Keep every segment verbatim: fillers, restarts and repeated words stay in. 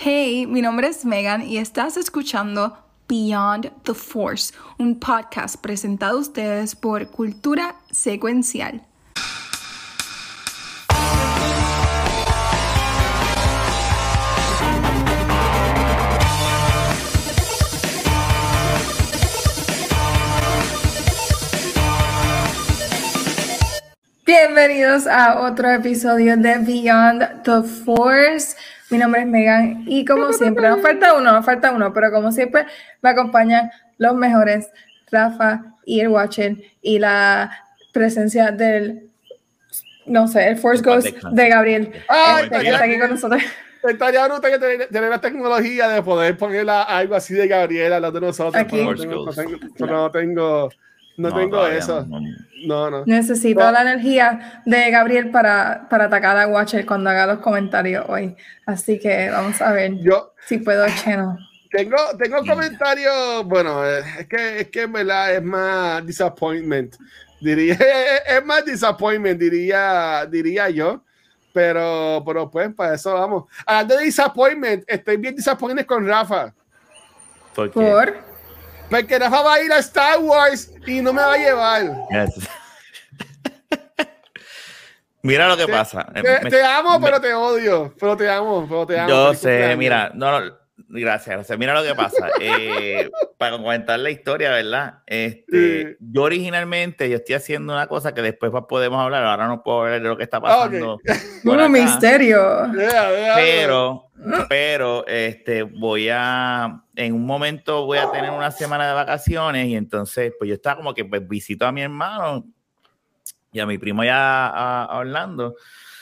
Hey, mi nombre es Megan y estás escuchando Beyond the Force, un podcast presentado a ustedes por Cultura Secuencial. Bienvenidos a otro episodio de Beyond the Force. Mi nombre es Megan y como siempre, nos falta uno, nos falta uno, pero como siempre me acompañan los mejores, Rafa y el Watcher y la presencia del, no sé, el Force Ghost de Gabriel. Ah, este, que está aquí con nosotros. Estaría brutal que tener la tecnología de poder poner algo así de Gabriel a los de nosotros. Aquí. Pero no tengo, no tengo, no tengo, no No, tengo eso. No, no. No, no. Necesito no. la energía de Gabriel para, para atacar a Watcher cuando haga los comentarios hoy. Así que vamos a ver Yo, si puedo, Cheno. Tengo, tengo comentarios, bueno, es que, es que en verdad es más disappointment. Diría, es más disappointment, diría, diría yo. Pero, pero pues, para eso vamos. Hablando de disappointment, estoy bien disappointed con Rafa. ¿Por qué? ¿Por? Porque Rafa va a ir a Star Wars y no me va a llevar. Yes. Mira lo que te, pasa. Te, me, te amo, me, pero te odio. Pero te amo, pero te amo. Yo sé, mira, no, no, gracias, gracias. Mira lo que pasa. Eh, para comentar la historia, ¿verdad? Este, sí. Yo originalmente, yo estoy haciendo una cosa que después podemos hablar. Ahora no puedo hablar de lo que está pasando. Okay. Un misterio. Yeah, yeah, pero, pero, este, voy a, en un momento voy a tener una semana de vacaciones y entonces, pues yo estaba como que pues, visito a mi hermano y a mi primo ya a, a Orlando.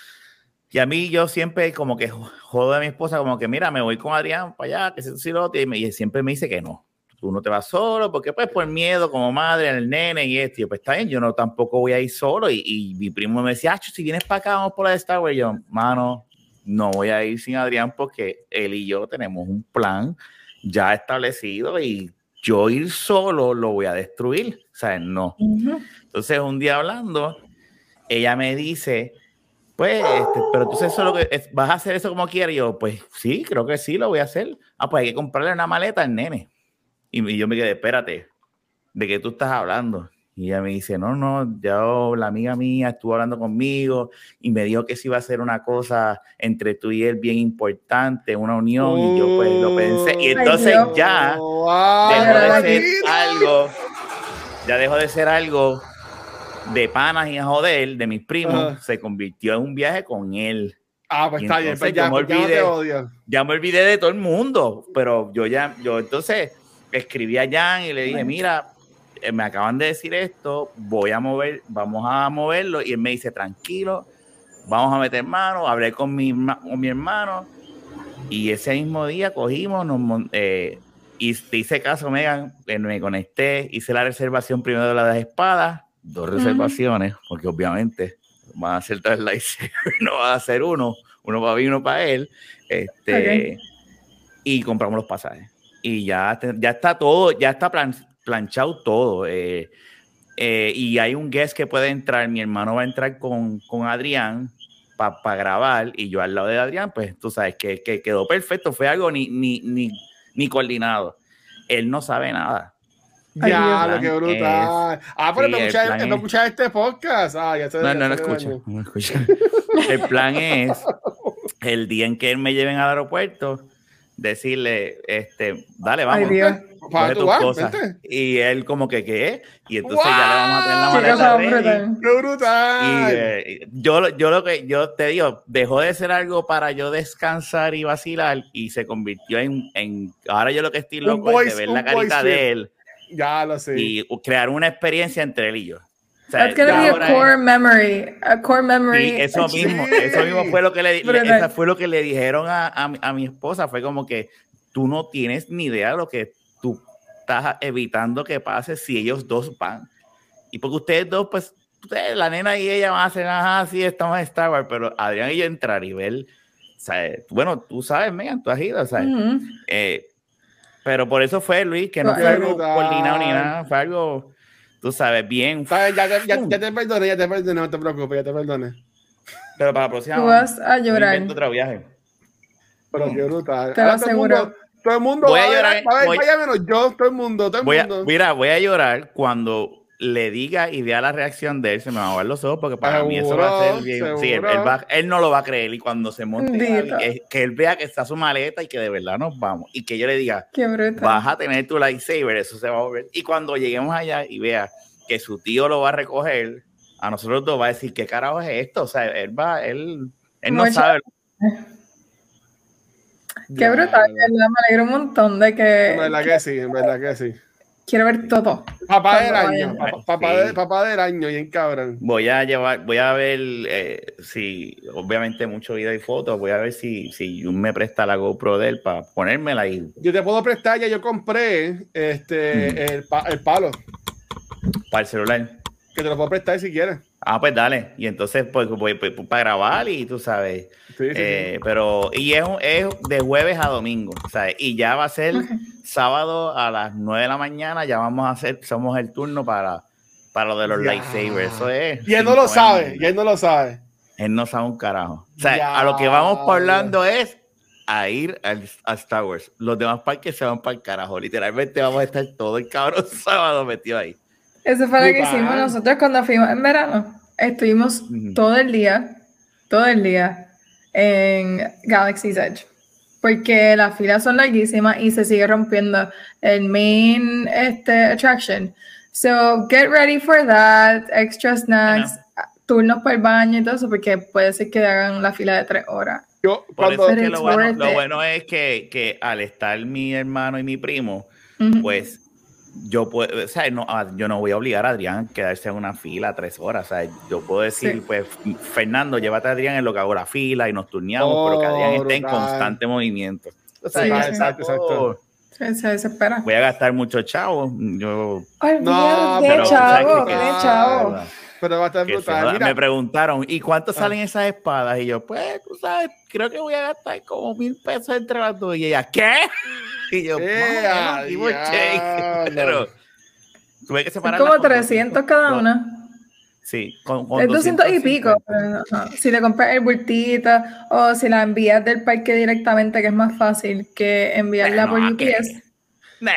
Y a mí yo siempre como que jodo a mi esposa como que mira, me voy con Adrián para allá, que se silote, y, me, y siempre me dice que no. Tú no te vas solo, porque pues por miedo como madre, el nene y esto. Y yo, pues está bien, yo no tampoco voy a ir solo. Y, y mi primo me decía, si vienes para acá, vamos por la de Star Wars. Y yo, mano, no voy a ir sin Adrián porque él y yo tenemos un plan ya establecido y yo ir solo lo voy a destruir. O sea, no. Uh-huh. Entonces, un día hablando, ella me dice, pues, este, pero entonces eso lo que es, ¿vas a hacer eso como quieras? Y yo, pues sí, creo que sí, lo voy a hacer. Ah, pues hay que comprarle una maleta al nene. Y, y yo me quedé, espérate, ¿de qué tú estás hablando? Y ella me dice, no, no, ya la amiga mía estuvo hablando conmigo y me dijo que sí iba a ser una cosa entre tú y él bien importante, una unión. Oh, y yo pues lo pensé. Y entonces ay, ya wow, dejó de ser algo, ya dejó de ser algo de panas y a joder de mis primos, uh. se convirtió en un viaje con él. Ah, pues y está bien, pues ya, me olvidé, ya, no te odio. ya me olvidé de todo el mundo, pero yo ya, yo entonces escribí a Jan y le dije, mira, me acaban de decir esto, voy a mover, vamos a moverlo, y él me dice, tranquilo, vamos a meter mano, hablé con mi, con mi hermano, y ese mismo día cogimos, nos, eh, y te hice caso, Megan, me conecté, hice la reservación primero de las espadas, dos reservaciones, uh-huh. porque obviamente van a hacer tres lightsabers, no va a ser uno, uno para mí, uno para él, este, okay. y compramos los pasajes. Y ya, ya está todo, ya está plan, planchado todo. Eh, eh, y hay un guest que puede entrar, mi hermano va a entrar con, con Adrián para pa grabar, y yo al lado de Adrián, pues tú sabes que, que quedó perfecto, fue algo ni, ni, ni, ni coordinado. Él no sabe nada. Ya, lo que brutal. Es, ah, pero sí, no escuchar es... escucha este podcast. Ah, ya se, no, ya no, no escucho, no escucho. El plan es el día en que él me lleven al aeropuerto, decirle, este, dale, vamos. Ay, coge tus vas, cosas. Vente. Y él como que, ¿qué? Y entonces wow. ya le vamos a tener la maleta ready. ¡Qué brutal! Y eh, yo, yo lo que yo te digo, dejó de ser algo para yo descansar y vacilar y se convirtió en, en ahora yo lo que estoy loco voice, es de ver la carita de él. Ya lo sé. Y crear una experiencia entre él y yo. O sea, That's gonna be a core es, memory, a core memory. Sí, eso mismo, eso mismo fue lo que le, le esa fue lo que le dijeron a, a, a mi esposa, fue como que tú no tienes ni idea de lo que tú estás evitando que pase si ellos dos van. Y porque ustedes dos, pues, ustedes, la nena y ella van a hacer, ajá, sí, estamos en Star Wars, pero Adrián y yo entrar y ver, ¿sabes? Bueno, tú sabes, Megan, tú has ido, ¿sabes? Uh-huh. Eh, pero por eso fue, Luis, que no fue algo coordinado ni nada, fue algo... Tú sabes, bien. Ya, ya, ya, ya te perdoné, ya te perdoné, no te preocupes, ya te perdoné. Pero para la próxima. Tú vas a llorar. Invento otro viaje. Pero qué brutal. Te lo Ahora todo el mundo, aseguro. todo el mundo Voy va a a ver, llorar, va a ver, voy- vaya menos yo, todo el mundo, todo el Voy a, mundo. mira, voy a llorar cuando le diga y vea la reacción de él, se me van a ver los ojos porque para mí eso va a ser bien. Sí, él, él, va, él no lo va a creer y cuando se monte en la, que, que él vea que está su maleta y que de verdad nos vamos y que yo le diga, qué brutal, vas a tener tu lightsaber, eso se va a volver. Y cuando lleguemos allá y vea que su tío lo va a recoger, a nosotros dos va a decir, ¿qué carajo es esto? O sea, él va, él, él no Mucho. sabe. Qué ya, brutal, ¿verdad? Me alegro un montón de que... En verdad que sí, en verdad que sí. Quiero ver todo. Papá del año, papá, papá, sí. de, papá del año, bien cabrón. Voy a llevar, voy a ver eh, si, obviamente mucho video y fotos, voy a ver si, si Jun me presta la GoPro de él para ponérmela ahí. Yo te puedo prestar, ya yo compré este mm. el, pa, el palo. Para el celular. Que te lo puedo prestar si quieres. Ah, pues dale. Y entonces, pues, pues, pues, pues para grabar y tú sabes. Sí, sí, eh, sí. Pero, y es, es de jueves a domingo, ¿sabes? Y ya va a ser okay. sábado a las nueve de la mañana, ya vamos a hacer, somos el turno para, para lo de los ya. lightsabers. Eso es. Y él no lo sabe, y él no lo sabe. Él no sabe un carajo. O sea, ya. a lo que vamos hablando es a ir al, a Star Wars. Los demás parques se van para el carajo. Literalmente vamos a estar todo el cabrón sábado metido ahí. Eso fue lo que hicimos nosotros cuando fuimos en verano. Estuvimos uh-huh. todo el día, todo el día en Galaxy's Edge. Porque las filas son larguísimas y se sigue rompiendo el main este, attraction. So, get ready for that. Extra snacks, turnos para el baño y todo eso, porque puede ser que hagan la fila de tres horas. Yo, Por eso es que lo, bueno, lo bueno es que, que al estar mi hermano y mi primo, uh-huh. pues yo puedo, o sea, no, yo no voy a obligar a Adrián a quedarse en una fila tres horas, o sea, yo puedo decir, sí. pues, Fernando, llévate a Adrián en lo que hago la fila y nos turneamos, oh, pero que Adrián esté en constante movimiento. O sea, sí, ya sí. exacto, exacto. Se, se desespera. Voy a gastar mucho chavo, yo... Ay, no, de pero, chavo, que, de chavo. Pero va a estar brutal. Mira. Me preguntaron, ¿y cuánto salen ah. esas espadas? Y yo, pues, tú sabes, creo que voy a gastar como mil pesos entre las dos. Y ella, ¿qué? Y yo, yeah, no, yeah, pero tuve que separar como trescientos cada no. una. Sí, con, con es doscientos y pico. Pero, uh, si le compras el bultito o si la envías del parque directamente, que es más fácil que enviarla nah, por no, U P S. Nah,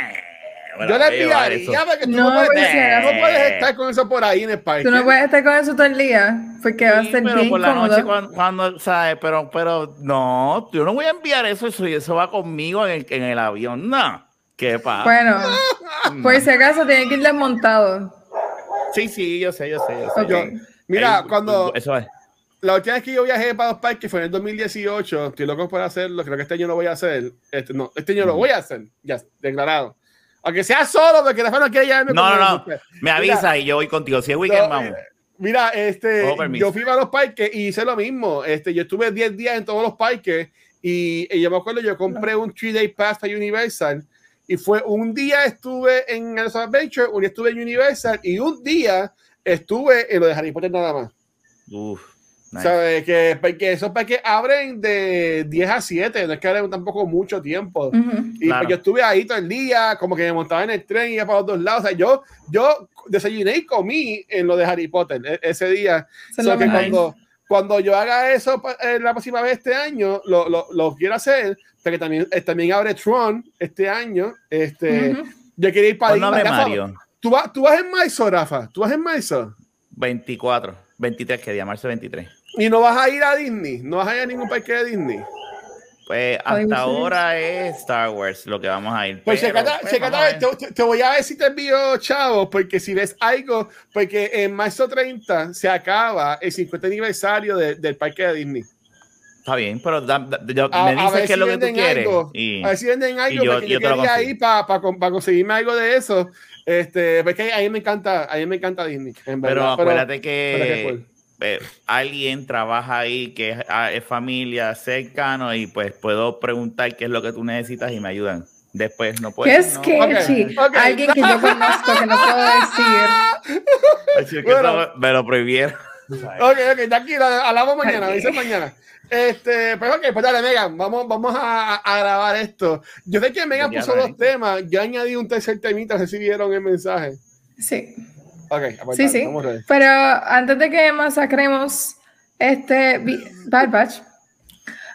yo le enviaría porque tú no, no, puedes, nah. no puedes estar con eso por ahí en el parque. Tú no puedes estar con eso todo el día porque sí, va a ser pero bien por la cómodo. Noche cuando, cuando, ¿sabes? Pero, pero no, yo no voy a enviar eso, eso, eso va conmigo en el, en el avión. No, ¿qué pasa? Bueno, no. Por si acaso tiene que ir desmontado. Sí, sí, yo sé, yo sé, yo sé. Okay. Yo, mira, el, cuando eso es. La última vez que yo viajé para los parques fue en el dos mil dieciocho, estoy loco por hacerlo, creo que este año lo voy a hacer. Este, no, este año mm. lo voy a hacer, ya, declarado. Aunque sea solo, porque la no quiere llevarme. No, no, no, me avisa y yo voy contigo. Si es weekend, no, vamos. Mira, este, yo fui a los parques y hice lo mismo. Este, yo estuve diez días en todos los parques y, y yo me acuerdo, yo compré un three day pass para Universal y fue un día estuve en el Adventure, un día estuve en Universal y un día estuve en lo de Harry Potter nada más. Uf. Nice. ¿Sabes? Que, porque esos parques abren de diez a siete, no es que abren tampoco mucho tiempo. Uh-huh. Y claro. Pues yo estuve ahí todo el día, como que me montaba en el tren y iba para los dos lados. O sea, yo, yo desayuné y comí en lo de Harry Potter ese día. O sea, que cuando, cuando yo haga eso eh, la próxima vez este año, lo, lo, lo quiero hacer, porque también, eh, también abre Tron este año. Este, uh-huh. Yo quería ir para ahí. Rafa, Mario. ¿tú, vas, ¿Tú vas en marzo, Rafa? ¿Tú vas en marzo? veinticuatro, veintitrés, que día, marzo veintitrés. ¿Y no vas a ir a Disney? ¿No vas a ir a ningún parque de Disney? Pues hasta Ay, ahora es Star Wars lo que vamos a ir. Pues, pero, checata, pues checata, te, te voy a ver si te envío, chavos, porque si ves algo, porque en marzo treinta se acaba el cincuenta aniversario de, del parque de Disney. Está bien, pero da, da, yo, a, me dices qué si es lo que tú quieres. Y, a ver si venden algo, yo, porque yo, yo quería ir para pa, pa, pa conseguirme algo de eso. Este, porque a mí me encanta, a mí me encanta Disney. En pero verdad, acuérdate pero, que... pero Eh, alguien trabaja ahí que es, es familia cercano y pues puedo preguntar qué es lo que tú necesitas y me ayudan. Después no puedo. ¿Qué es que no. okay, okay. Alguien que yo conozco que no puedo decir. Así que bueno, eso me lo prohibieron. Ok, ok, tranquilo, hablamos mañana, me dicen mañana. Este, pues ok, pues dale, Megan, vamos, vamos a, a grabar esto. Yo sé que Megan puso dos temas, yo añadí un tercer temita, recibieron el mensaje. Sí. Okay, sí, sí, pero antes de que masacremos este Bad Batch,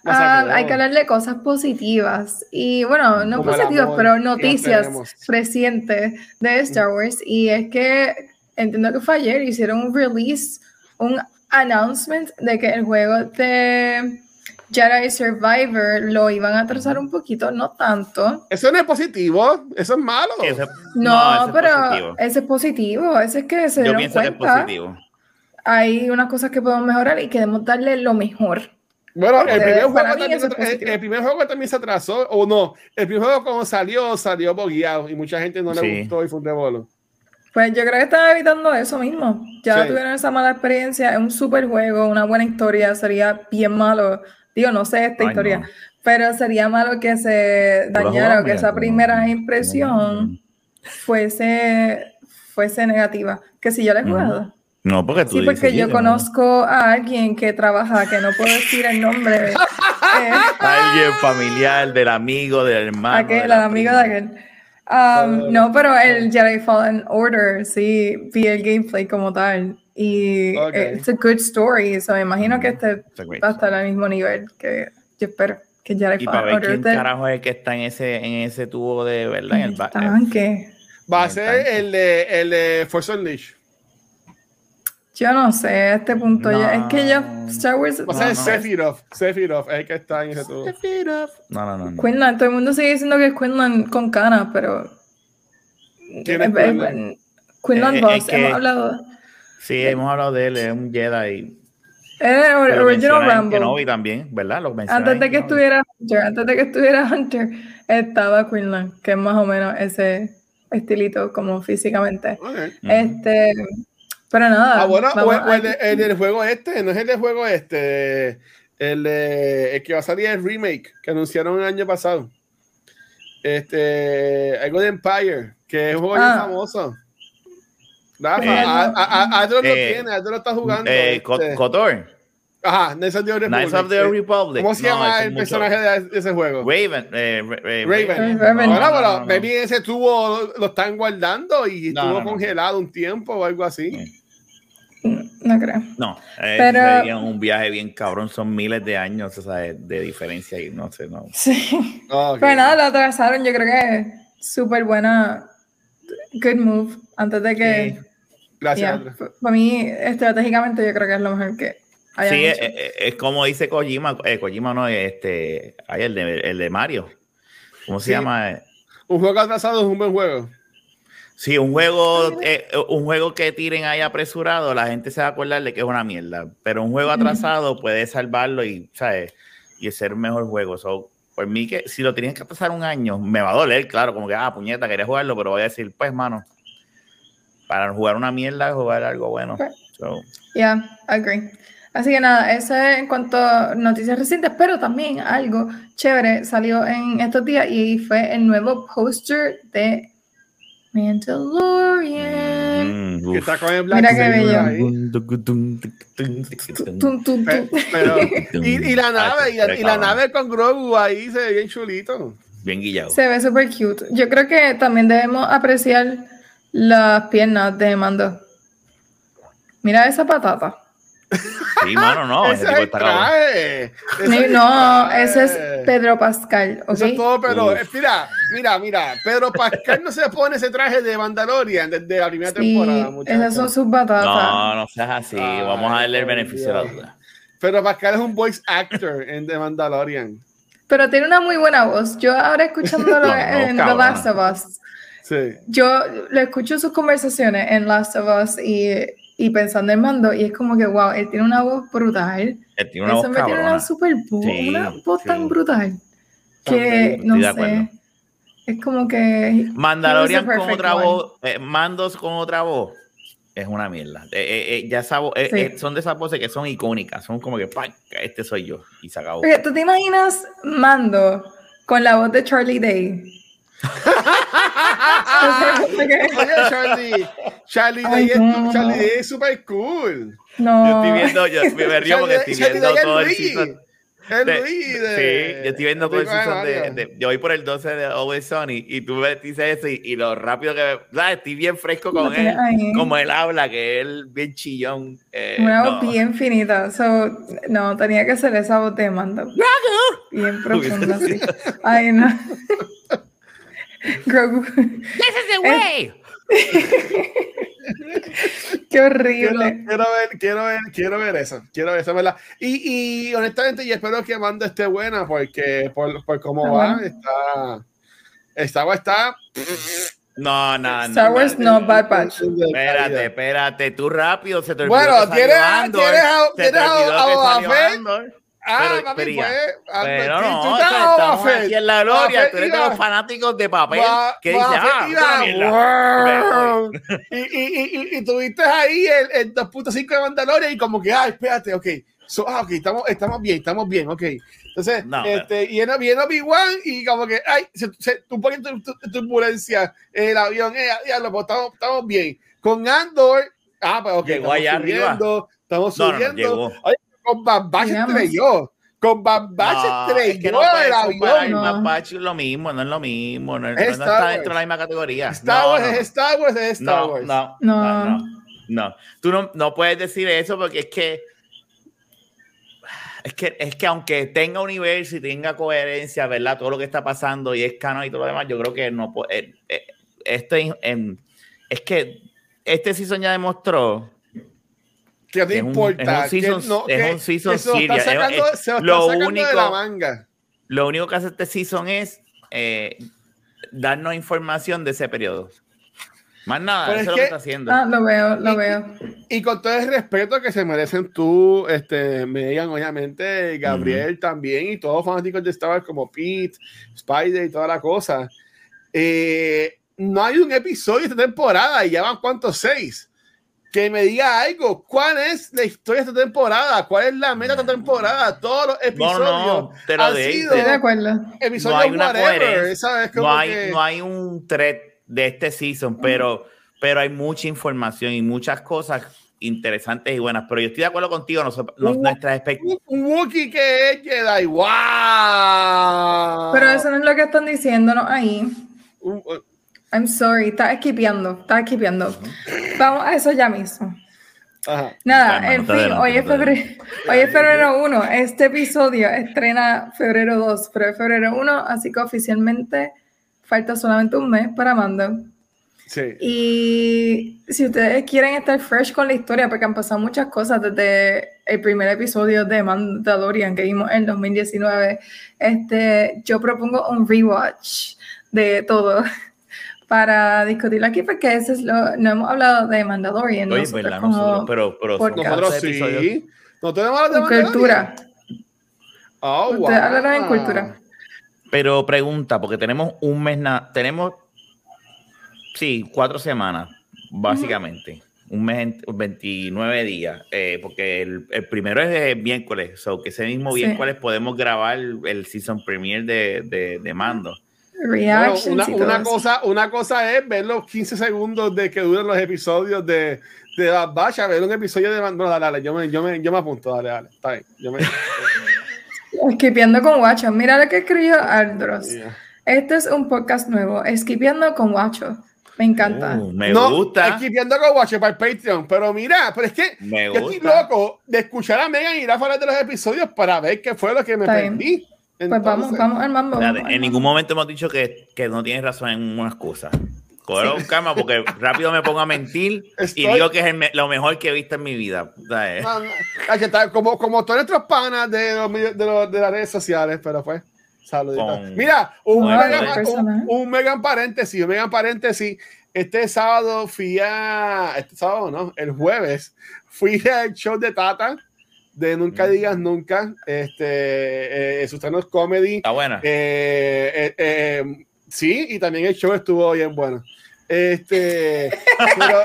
Ah, hay que hablar de cosas positivas y bueno, no Como el positivas, amor pero que noticias tenemos. recientes de Star Wars y es que entiendo que fue ayer, hicieron un release, un announcement de que el juego de Jedi Survivor lo iban a atrasar un poquito, no tanto. Eso no es positivo, eso es malo. Sí, ese- No, ese es pero positivo. ese es positivo, ese es que se Yo dieron pienso que es cuenta. positivo. Hay unas cosas que podemos mejorar y queremos darle lo mejor. Bueno, el Este, primer, juego para mí también, eso es se- el, positivo. el primer juego también se atrasó, o no. El primer juego cuando salió, salió bogueado y mucha gente no le Sí. gustó y fue un rebolo. Pues yo creo que están evitando eso mismo. Ya Sí. tuvieron esa mala experiencia, es un super juego, una buena historia, sería bien malo. Digo, no sé esta Ay, historia, no. pero sería malo que se ¿Tú lo has dañara jugado, o que Miguel? esa ¿Tú lo- primera tú lo- impresión fuese, fuese negativa. Que si yo la he Ujú. jugado. No, porque tú Sí, porque dices, yo sí, conozco a alguien que trabaja, que no puedo decir el nombre. eh, alguien familiar, del amigo, del hermano. aquel, de el la amigo prima. de aquel. Um, no, pero el Jedi Fallen Order, sí, vi el gameplay como tal. Y Ok. it's a good story. So me imagino Mm, que este it's a great va a estar story. al mismo nivel que yo espero que Jedi Y para Fallen ver Order quién esté carajo es el que está en ese, en ese tubo de verdad, en en el el ba- tanque. Va a En el ser tanque. el de, el de Force Unleashed. Yo no sé, a este punto ya. Es que yo, No. Star Wars. Va a ser No, no. Sephiroth. Sephiroth es el que está en ese tubo. No, no, no. no. Quinlan, todo el mundo sigue diciendo que es Quinlan con canas, pero. ¿Quién es Eh, eh, Quinlan? Quinlan Eh, eh, Voss, es que- hemos hablado. Sí, hemos hablado de él, es un Jedi. Era Lo Original mencionan en Rambo. Kenobi también, ¿verdad? Lo mencionan Antes en de que Kenobi. estuviera Hunter, antes de que estuviera Hunter, estaba Quinlan, que es más o menos ese estilito como físicamente. Ok. Ujú. Este, pero nada. Ah, bueno, vamos o, o a- el, de- el del juego este, no es el del juego este, el, de- el que va a salir el remake que anunciaron el año pasado. Este, algo de Empire, que es un juego bien Ah. famoso. Rafa, Eh, a- a- a- Adro lo eh, tiene, Adro lo está jugando. Eh, este. Co- Kotor, Ajá, Knights of the Old Knights of the Republic. Republic. ¿Cómo se No, llama eso el es mucho- personaje de, de ese juego? Raven. eh, Ra- eh, Raven. Raven. No, Ahora, no, pero no, no. maybe ese tubo lo, lo están guardando y No, estuvo no, no. congelado un tiempo o algo así. No creo. No, eh, Pero- sería un viaje bien cabrón, son miles de años, o sea, de, de diferencia y no sé, no. Sí. Ok. Pero nada, lo atrasaron. Yo creo que es súper buena. Good move. Antes de que. Sí. Gracias, Yeah, Adro. p- Para mí, estratégicamente, yo creo que es lo mejor que hayan Sí, es, hecho. es- es como dice Kojima, eh, Kojima no, este, ay, el de, el de Mario. ¿Cómo se Sí. llama? Un juego atrasado es un buen juego. Sí, un juego, eh, un juego que tiren ahí apresurado, la gente se va a acordar de que es una mierda. Pero un juego atrasado puede salvarlo y, ¿sabes? Y ser un mejor juego. So, por mí, que si lo tienes que pasar un año, me va a doler, claro, como que, ah, puñeta, quería jugarlo, pero voy a decir, pues, mano, para jugar una mierda, jugar algo bueno. So, Yeah, agree. Así que nada, eso es en cuanto a noticias recientes, pero también algo chévere salió en estos días y fue el nuevo póster de Mandalorian. mm, Que uf. está con el Black Mira qué Saber bello. ahí. Tum, tum, tum. Pe- Pero, y, y la nave, y, la- y la Cabrón. nave con Grogu ahí se ve bien chulito. Bien guillado. Se ve súper cute. Yo creo que también debemos apreciar las piernas de Mando. Mira esa patata. Sí, mano, no. Ese Ese es tipo el está cabrón. traje. Ese es el No, traje. ese es Pedro Pascal, ¿ok? Eso es todo, pero Uf. eh, mira, mira, mira, Pedro Pascal no se pone ese traje de Mandalorian desde la primera Sí, temporada, muchachos. esas son sus batatas. No, no seas así. Ay, Vamos a darle el por beneficio de la Dios. duda. Pedro Pascal es un voice actor en The Mandalorian. Pero tiene una muy buena voz. Yo ahora escuchándolo No, no, en The cabrón. Last of Us, Sí. yo le escucho sus conversaciones en Last of Us y, y pensando en Mando, y es como que, wow, él tiene una voz brutal. Él tiene una Ese voz hombre tiene una cabrona. super voz, Sí, una voz sí. tan brutal que, También, no estoy de acuerdo. sé, es como que... Mandalorian he was the con perfect otra one. voz, eh, Mandos con otra voz, es una mierda. Eh, eh, eh, ya esa voz- eh, Sí. eh, son de esas voces que son icónicas, son como que, ¡pac! Este soy yo, y se acabó. Porque, ¿tú te imaginas Mando con la voz de Charlie Day? Oye, Charlie, Charlie Ay, Day es, no. Charlie Day es super cool. No. Yo estoy viendo, yo me río porque estoy Charlie viendo Day es todo el Luis. season. Es de- Luis de- sí, yo estoy viendo todo el de season de, Mario. de- yo voy por el doce de Always Sunny y tú me dices eso y, y lo rápido que ¿sabes? Estoy bien fresco Lo con tienes él, ahí. como él habla, que él bien chillón. eh, Una no. voz bien finita. So, no, tenía que ser esa voz de Mando. bien profundo así. Ay, no. Grogu. This is the way. Qué horrible. Quiero, quiero ver, quiero ver, quiero ver eso, quiero ver eso, ¿verdad? Y, y honestamente, yo espero que Mando esté buena porque por, por cómo Está va, bueno. está, esta está. No, no, no. Star Wars no, Bad Batch. Espérate, espérate, tú rápido se te olvidó. Bueno, que salió tienes, Andor, tienes, a, se te tienes a, olvidó a que Boba salió Fett. Andor. Ah, Pero, papi, pero, pues, pero Andor, no, tú o estás sea, a Boba estamos Fett. aquí en la Boba gloria, Fett tú eres de iba- los fanáticos de papel Boba- que Boba dicen, Fett ah, iba- esto es una mierda. Me voy. y, y, y, y, y tuviste ahí el, el dos punto cinco de Mandalorian y como que, ah, espérate, ok, so, ah, ok, estamos, estamos bien, estamos bien, ok. Entonces, No, este, y viene, viene Obi-Wan y como que, ay, se, se, un poquito de tu- turbulencia en el avión, eh, diablo, pues estamos, estamos bien. Con Andor, ah, pues ok, Llegó estamos allá subiendo, arriba. estamos No, no, no, subiendo. llegó. Oye, con Bad Batch Llegamos. estrelló. Con Bad Batch No, estrelló es que no puedes el comparar avión. No. Bad Batch es lo mismo, no es lo mismo, no, no, Es no Star está Wars. dentro de la misma categoría. Star No, Wars no, es no. Star Wars, es Star No, Wars. no, No. no, no, no. Tú no, no puedes decir eso porque es que es que es que aunque tenga universo y tenga coherencia, ¿verdad? Todo lo que está pasando y es canon y todo lo demás, yo creo que no puede. Eh, eh, este, en, es que este season ya demostró ¿Qué te que es un- importa? es un season- que no, es que- un season que se lo está series. sacando, Es- es- se lo está lo sacando único- de la manga. lo único que hace este season es eh, darnos información de ese periodo. Más nada, Pero eso es es lo que- que está haciendo. Ah, lo veo, lo Y- veo. Y con todo el respeto que se merecen tú, este, Megan, obviamente, Gabriel también, y todos los fanáticos de Star Wars como Pete, Spider y toda la cosa. Eh, no hay un episodio de esta temporada y ya van cuántos, seis. Que me diga algo, ¿cuál es la historia de esta temporada? ¿Cuál es la meta de esta temporada? Todos los No, episodios no, te lo han dije. sido Estoy de acuerdo. episodios No hay una whatever, coherencia. ¿sabes? Como No hay, que- no hay un thread de este season, pero, pero hay mucha información y muchas cosas interesantes y buenas. Pero yo estoy de acuerdo contigo, nos, nos- Uh, nuestras expectativas. un Wookiee que es Jedi, wow. Pero eso no es lo que están diciéndonos ahí. Un- un- I'm sorry, está esquipeando, está esquipeando. Vamos a eso ya mismo. Ajá. Nada, Calma, en no te fin, adelantes, hoy no es te febrero, hoy es febrero uno. Este episodio estrena febrero dos, pero es febrero uno, así que oficialmente falta solamente un mes para Mando. Sí. Y si ustedes quieren estar fresh con la historia, porque han pasado muchas cosas desde el primer episodio de Mandalorian que vimos en dos mil diecinueve, este, yo propongo un rewatch de todo para discutirlo aquí, porque ese es lo, no hemos hablado de Mandalorian. Oye, nosotros ¿verdad? como Nosotros, pero, pero son podcast. Nosotros cuántos episodios. sí. No tenemos la de en cultura. Mandalorian. Oh, Ustedes wow. hablaron en cultura. Pero pregunta, porque tenemos un mes, na- tenemos, sí, cuatro semanas, básicamente. Un mes, en- veintinueve días, eh, porque el, el primero es de miércoles, so que ese mismo Sí. miércoles podemos grabar el, el season premiere de, de, de Mando. Bueno, Reactions una, y todo una eso. cosa, una cosa es ver los quince segundos de que duran los episodios de, de Bad Batch, a ver un episodio de Mandalorian. No, dale, dale, yo me, yo me, yo me apunto, dale, dale. Está bien. Yo me, Esquipeando con Guacho. Mira lo que escribió Aldros. Yeah. Este es un podcast nuevo. Esquipeando con Guacho. Me encanta. Uh, me no, gusta. equipiendo con Watch para el Patreon, pero mira, pero es que Me yo estoy gusta. loco de escuchar a Megan ir a hablar de los episodios para ver qué fue lo que me Está bien. perdí. Pues vamos, Entonces, vamos al mambo. Espérate, vamos al en ningún momento hemos dicho que, que no tienes razón en unas cosas. Cógelo con calma porque rápido me pongo a mentir Estoy- y digo que es el me- lo mejor que he visto en mi vida. ¿Sabes? no, no, ay, que está como, como todos nuestros panas de, los, medios- de, los- de las redes sociales, pero pues, saluditos. Con- Mira, un, con mega, el personaje. un, un mega paréntesis, un mega paréntesis. Este sábado fui a, este sábado no, el jueves fui al show de Tata de Nunca Mm. Digas Nunca, este, eh, Sustanos Comedy. Está buena. Eh, eh, eh, sí, y también el show estuvo bien bueno. Este, pero,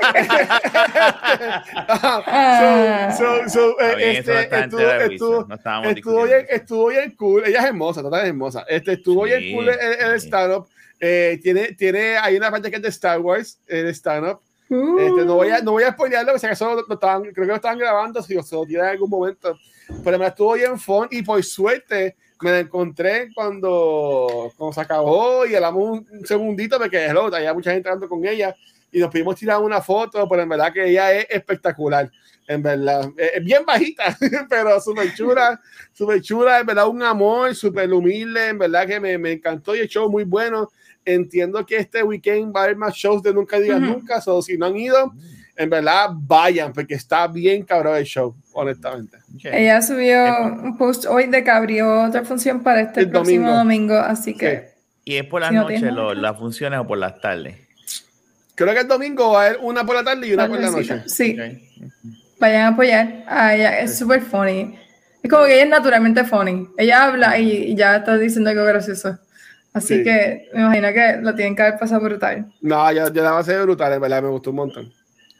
Ah. so, so, so, eh, Está bien, eso no este, está en estuvo, televisión, estuvo, no estábamos estuvo discutiendo bien, eso. estuvo bien cool. Ella es hermosa, Tata es hermosa. Este, estuvo Sí, bien cool el, el sí. stand-up. Eh, tiene, tiene, hay una parte que es de Star Wars, el stand-up. Uh, Este, no voy a, no voy a spoilearlo, porque si acaso lo, lo estaban, creo que lo estaban grabando, si se lo tiran en algún momento. Pero me estuvo bien fun y por suerte me la encontré cuando, cuando se acabó y hablamos un, un segundito porque hello, había mucha gente hablando con ella. y nos pudimos tirar una foto, pero en verdad que ella es espectacular, en verdad, es bien bajita, pero súper chula, súper chula, en verdad un amor, súper humilde, en verdad que me, me encantó y el show muy bueno. Entiendo que este weekend va a haber más shows de Nunca Digas uh-huh. Nunca, o so, si no han ido, en verdad vayan, porque está bien cabrón el show, honestamente. Okay. Ella subió un post hoy de que abrió otra función para este el próximo domingo, domingo así que... Sí. ¿Y es por las si noches no lo, las funciones o por las tardes? Creo que el domingo va a haber una por la tarde y una por la noche. Sí. Okay. Vayan a apoyar a ella, es súper funny. Es como que ella es naturalmente funny. Ella habla y, y ya está diciendo algo gracioso. Así sí. que me imagino que lo tienen que haber pasado brutal. No, yo, yo la base de brutal, en verdad, me gustó un montón.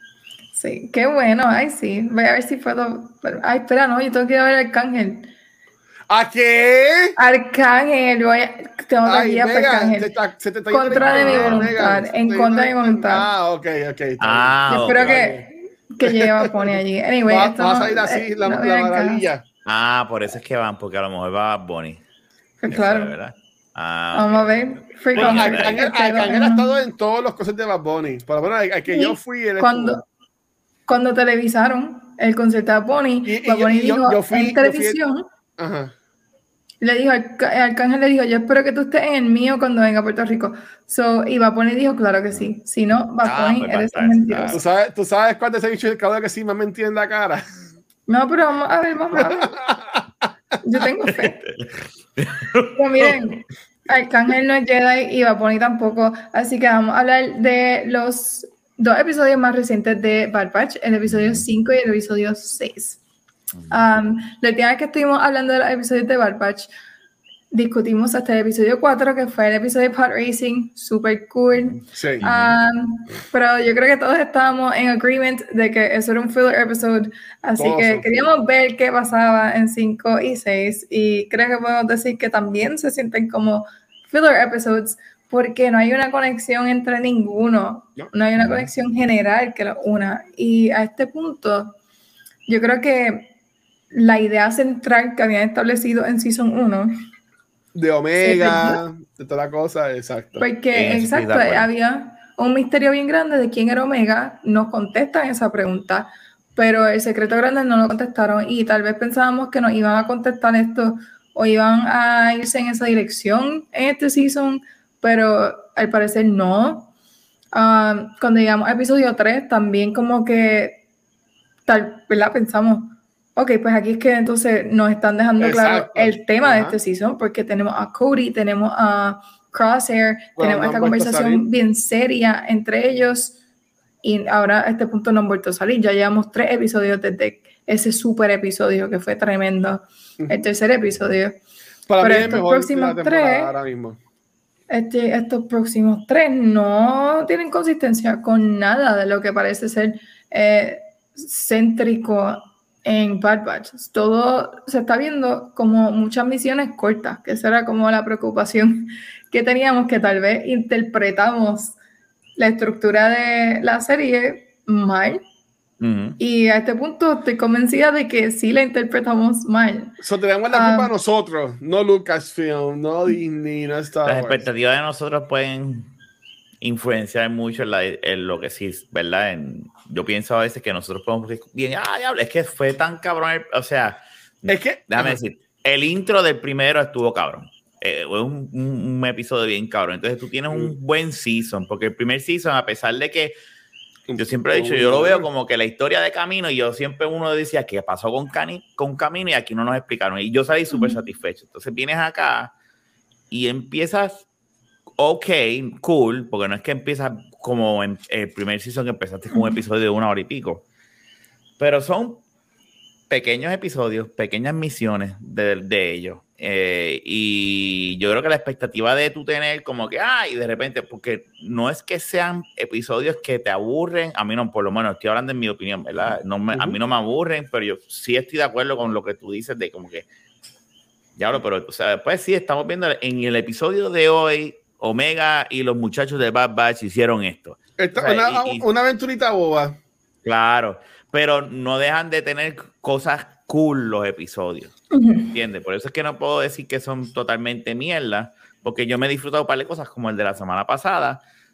Sí, qué bueno, ay sí. Voy a ver si puedo. Ay, espera, no, yo tengo que ir a ver a Arcángel. ¿A qué? Arcángel, voy a, tengo que ir a Arcángel. Se te, se te está contra de mi voluntad, Megan, en contra de mi voluntad. Ah, ok, ok. Ah, yo okay. espero que, que llegue a poner allí. Anyway, va, esto vas no, a ir así, eh, la, no la maravilla. Ah, por eso es que van, porque a lo mejor va Bonnie. Pues claro. ¿Verdad? Ah, vamos okay. a ver. Bueno, Arcángel, Arcángel ha estado en todos los cosas de Bad Bunny. Por lo menos al que sí, yo fui, él cuando, estuvo. Cuando televisaron el concierto de Bad Bunny, y, Bad Bunny y yo, dijo yo fui, en televisión, yo fui, ajá. le dijo, Arcángel le dijo, yo espero que tú estés en el mío cuando venga a Puerto Rico. So, y Bad Bunny dijo, claro que sí. Si no, Bad Bunny, ah, pues eres un mentiroso. ¿Tú sabes, ¿Tú sabes cuándo se ha dicho el cabrón que sí me mentí en la cara? No, pero vamos a ver, vamos a ver. Yo tengo fe. Pero miren, Arcángel no es Jedi y Bad Bunny tampoco. Así que vamos a hablar de los dos episodios más recientes de Bad Batch, el episodio cinco y el episodio seis. Um, la última vez que estuvimos hablando de los episodios de Bad Batch, discutimos hasta el episodio cuatro, que fue el episodio de Pod Racing, super cool. Sí. Um, pero yo creo que todos estábamos en agreement de que eso era un filler episode, así todos que queríamos filler. ver qué pasaba en cinco y seis, y creo que podemos decir que también se sienten como filler episodes, porque no hay una conexión entre ninguno, no, no hay una conexión general que los una, y a este punto, yo creo que la idea central que habían establecido en Season uno de Omega, de toda la cosa, exacto. Porque, exacto, había un misterio bien grande de quién era Omega, nos contestan esa pregunta, pero el secreto grande no lo contestaron y tal vez pensábamos que nos iban a contestar esto o iban a irse en esa dirección en este season, pero al parecer no. Um, cuando llegamos a episodio tres, también como que tal, ¿verdad? Pensamos, ok, pues aquí es que entonces nos están dejando Exacto. claro el tema Ajá. de este season, porque tenemos a Cody, tenemos a Crosshair, bueno, tenemos no esta conversación bien seria entre ellos, y ahora a este punto no han vuelto a salir. Ya llevamos tres episodios desde ese super episodio que fue tremendo, uh-huh. el tercer episodio. Para Pero mí estos próximos tres, ahora mismo. Este, estos próximos tres no tienen consistencia con nada de lo que parece ser eh, céntrico en Bad Batch. Todo se está viendo como muchas misiones cortas, que esa era como la preocupación que teníamos, que tal vez interpretamos la estructura de la serie mal. Uh-huh. Y a este punto estoy convencida de que sí la interpretamos mal. So, tenemos la culpa um, a nosotros, no Lucasfilm, no Disney, no Star Wars. Las expectativas de nosotros pueden influenciar mucho en, la, en lo que sí, ¿verdad? En, yo pienso a veces que nosotros podemos bien, ah, diablo, es que fue tan cabrón, o sea, es que, déjame uh-huh. decir, el intro del primero estuvo cabrón, eh, fue un, un, un episodio bien cabrón, entonces tú tienes un buen season, porque el primer season, a pesar de que yo siempre he dicho, yo lo veo como que la historia de Camino, y yo siempre uno decía, ¿qué pasó con, Cani, con Camino? Y aquí no nos explicaron, y yo salí súper uh-huh. satisfecho, entonces vienes acá y empiezas ok, cool, porque no es que empiezas como en el primer season que empezaste con un episodio de una hora y pico, pero son pequeños episodios, pequeñas misiones de, de ellos, eh, y yo creo que la expectativa de tú tener como que, ay, de repente, porque no es que sean episodios que te aburren, a mí no, por lo menos estoy hablando en mi opinión, ¿verdad? No me, uh-huh. A mí no me aburren, pero yo sí estoy de acuerdo con lo que tú dices de como que, ya lo, pero, o sea, después sí estamos viendo en el episodio de hoy, Omega y los muchachos de Bad Batch hicieron esto. Esto o sea, una, y, y, una aventurita boba. Claro, pero no dejan de tener cosas cool los episodios. Uh-huh. ¿Entiendes? Por eso es que no puedo decir que son totalmente mierda, porque yo me he disfrutado un par de cosas como el de la semana pasada,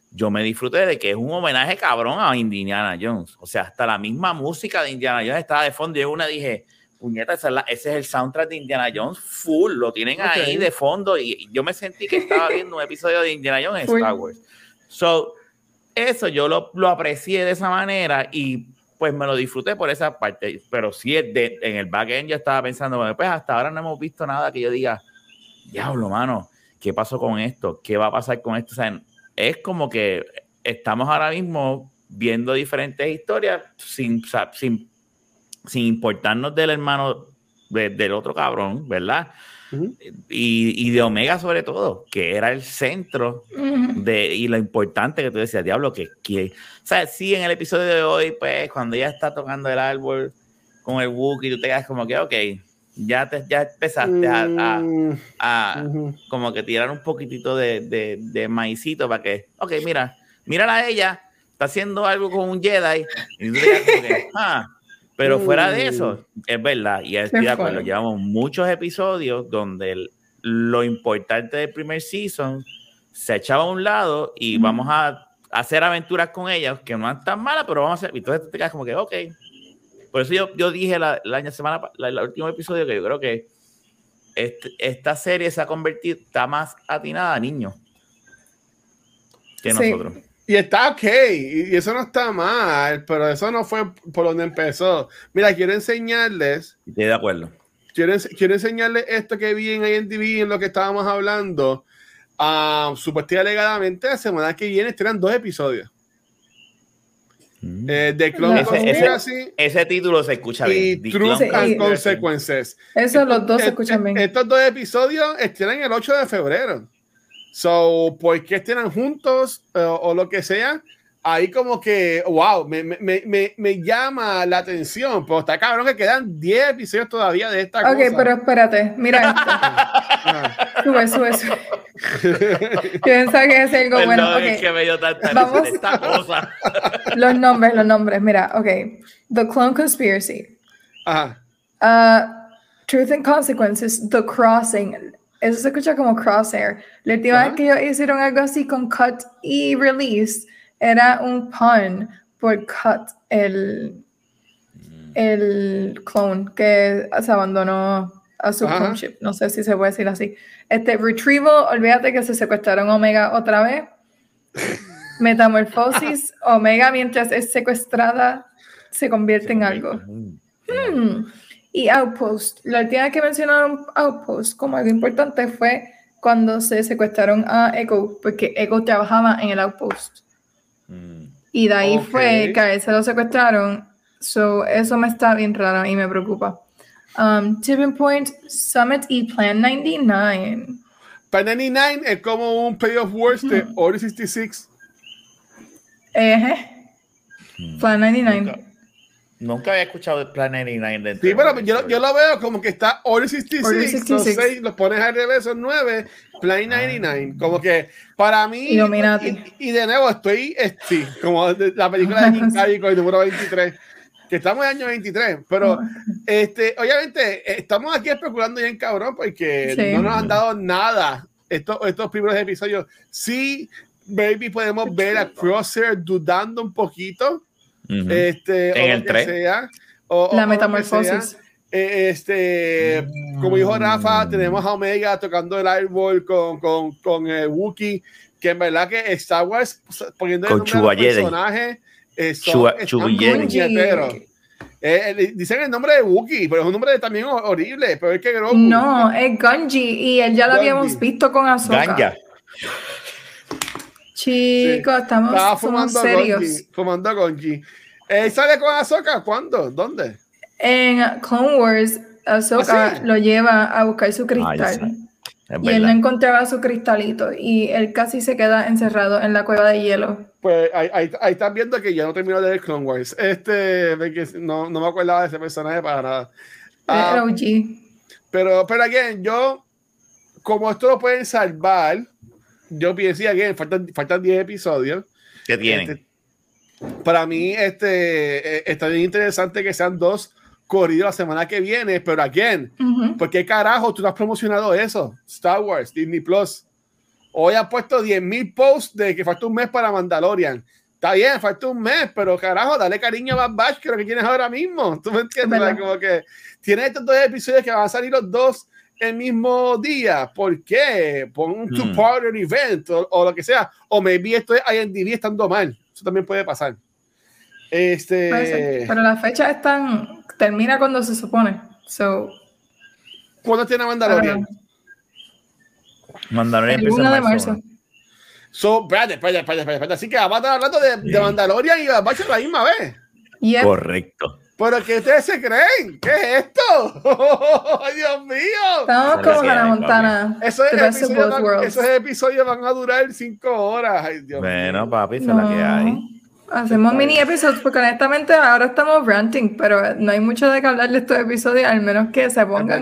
yo me disfruté de que es un homenaje cabrón a Indiana Jones. O sea, hasta la misma música de Indiana Jones estaba de fondo. Y yo una dije, puñeta, esa es la, ese es el soundtrack de Indiana Jones full. Lo tienen okay. ahí de fondo. Y yo me sentí que estaba viendo un episodio de Indiana Jones en Star Wars. So, eso yo lo, lo aprecié de esa manera y pues me lo disfruté por esa parte. Pero sí, de, en el back-end yo estaba pensando, bueno, pues hasta ahora no hemos visto nada que yo diga, diablo, mano, ¿qué pasó con esto? ¿Qué va a pasar con esto? O sea, es como que estamos ahora mismo viendo diferentes historias sin, sin, sin importarnos del hermano de, del otro cabrón, ¿verdad? Uh-huh. Y, y de Omega sobre todo, que era el centro uh-huh. de, y lo importante que tú decías, diablo, que, que o sea, sí, en el episodio de hoy, pues, cuando ella está tocando el árbol con el Wookiee, tú te quedas como que, ok, ya, te, ya empezaste a, a, a uh-huh. como que tirar un poquitito de, de, de maicito para que, ok, mira, mírala a ella, está haciendo algo con un Jedi, y tú te quedas como que, ah, pero uh. fuera de eso, es verdad, y estoy de acuerdo, llevamos muchos episodios donde el, lo importante del primer season se echaba a un lado y uh-huh. vamos a hacer aventuras con ellas que no están malas, pero vamos a hacer, y entonces te quedas como que, ok. Por eso yo, yo dije la, la semana, la, el último episodio que yo creo que este, esta serie se ha convertido, está más atinada a niños que sí. nosotros. Y está ok, y eso no está mal, pero eso no fue por donde empezó. Mira, quiero enseñarles. Estoy de acuerdo. Quiero, quiero enseñarles esto que vi en I M D B, en lo que estábamos hablando. Uh, supuestamente, alegadamente, la semana que viene estrenan dos episodios. Eh, de Clone Conspiracy ese, ese título se escucha bien. Y Truth and Consequences. Eso los dos se escuchan bien. Estos dos episodios estrenan el ocho de febrero. So, ¿por qué estrenan juntos uh, o lo que sea? Ahí como que, wow, me, me, me, me llama la atención. Pero está cabrón que quedan diez episodios todavía de esta okay, cosa. Ok, pero espérate, mira esto. sube, sube, sube. Yo pensaba que es algo bueno. Perdón, okay. Es que me dio tanta Vamos. esta cosa. Los nombres, los nombres. Mira, ok. The Clone Conspiracy. Ajá. Uh, Truth and Consequences. The Crossing. Eso se escucha como Crosshair. La última vez que ellos hicieron algo así con Cut y Release era un pun por Cut, el, el clone que se abandonó a su clone ship. No sé si se puede decir así. Este Retrieval, olvídate que se secuestraron Omega otra vez. Metamorfosis, Omega mientras es secuestrada se convierte en algo. Hmm. Y Outpost, la última vez que mencionaron Outpost como algo importante fue cuando se secuestraron a Echo, porque Echo trabajaba en el Outpost. Mm. Y de ahí okay. fue que a él se lo secuestraron. So, eso me está bien raro y me preocupa. Um, Tipping Point, Summit y Plan noventa y nueve. Plan noventa y nueve es como un Payoff Wars de hmm. Order sesenta y seis. Eh, hmm. Plan noventa y nueve. Nunca, nunca había escuchado el Plan noventa y nueve. Sí, pero yo, yo lo veo como que está Order sesenta y seis, Order sesenta y seis. Los seis los pones al revés, son nueve, Plan noventa y nueve. Ah. Como que para mí, y, y de nuevo estoy, sí, como de, la película de Jim Carrey con el número veintitrés, que estamos en el año veintitrés, pero este, obviamente estamos aquí especulando bien cabrón porque sí. no nos han dado nada estos, estos primeros episodios. Sí, baby, podemos ver a Crosshair dudando un poquito. Uh-huh. Este, en o el tren. Sea, o, la o metamorfosis. Este, como dijo Rafa, tenemos a Omega tocando el árbol con, con, con el Wookiee, que en verdad que Star Wars poniendo el nombre de los personajes eh, son, eh, eh, dicen el nombre de Wookiee, pero es un nombre también horrible, pero es que Grogu. No, es Gungi y él ya lo Gungi. Habíamos visto con Ahsoka. Ganja. Chicos, sí. estamos Estaba fumando serios. Gungi, fumando Gungi. ¿Eh, ¿Sale con Ahsoka? ¿Cuándo? ¿Dónde? En Clone Wars, Ahsoka ¿Ah, sí? lo lleva a buscar su cristal. Ay, y él no encontraba su cristalito y él casi se queda encerrado en la cueva de hielo. Pues ahí, ahí, ahí están viendo que ya no terminó de ver Clone Wars. Este, no, no me acordaba de ese personaje para nada. Um, O G. Pero, pero again, yo, como esto lo pueden salvar, yo pienso, again, faltan, faltan diez episodios. ¿Qué tienen? Este, para mí, este, eh, está bien interesante que sean dos corridos la semana que viene, pero again, uh-huh. ¿por qué carajo tú no has promocionado eso? Star Wars, Disney Plus. Hoy ha puesto diez mil posts de que falta un mes para Mandalorian. Está bien, falta un mes, pero carajo, dale cariño a Bad Batch, que es lo que tienes ahora mismo. ¿Tú me entiendes? Como que tienes estos dos episodios que van a salir los dos el mismo día. ¿Por qué? Pon un two-parter event o, o lo que sea. O maybe esto es I M D B estando mal. Eso también puede pasar. Este... Puede ser, pero las fechas están... Termina cuando se supone. So, ¿cuándo tiene Mandalorian? Mandalorian el uno de marzo. So, espérate, espérate, espérate, espérate. Así que vamos a estar hablando de, sí. de Mandalorian y Bad Batch a la misma vez. Yep. Correcto. ¿Pero qué ustedes se creen? ¿Qué es esto? ¡Oh, Dios mío! Estamos como Hannah Montana. Esos episodios, van, esos episodios van a durar cinco horas. Ay, Dios bueno, mío. papi, esa es no. la que hay. Hacemos mini episodios porque honestamente ahora estamos ranting, pero no hay mucho de que hablar de estos episodios, al menos que se pongan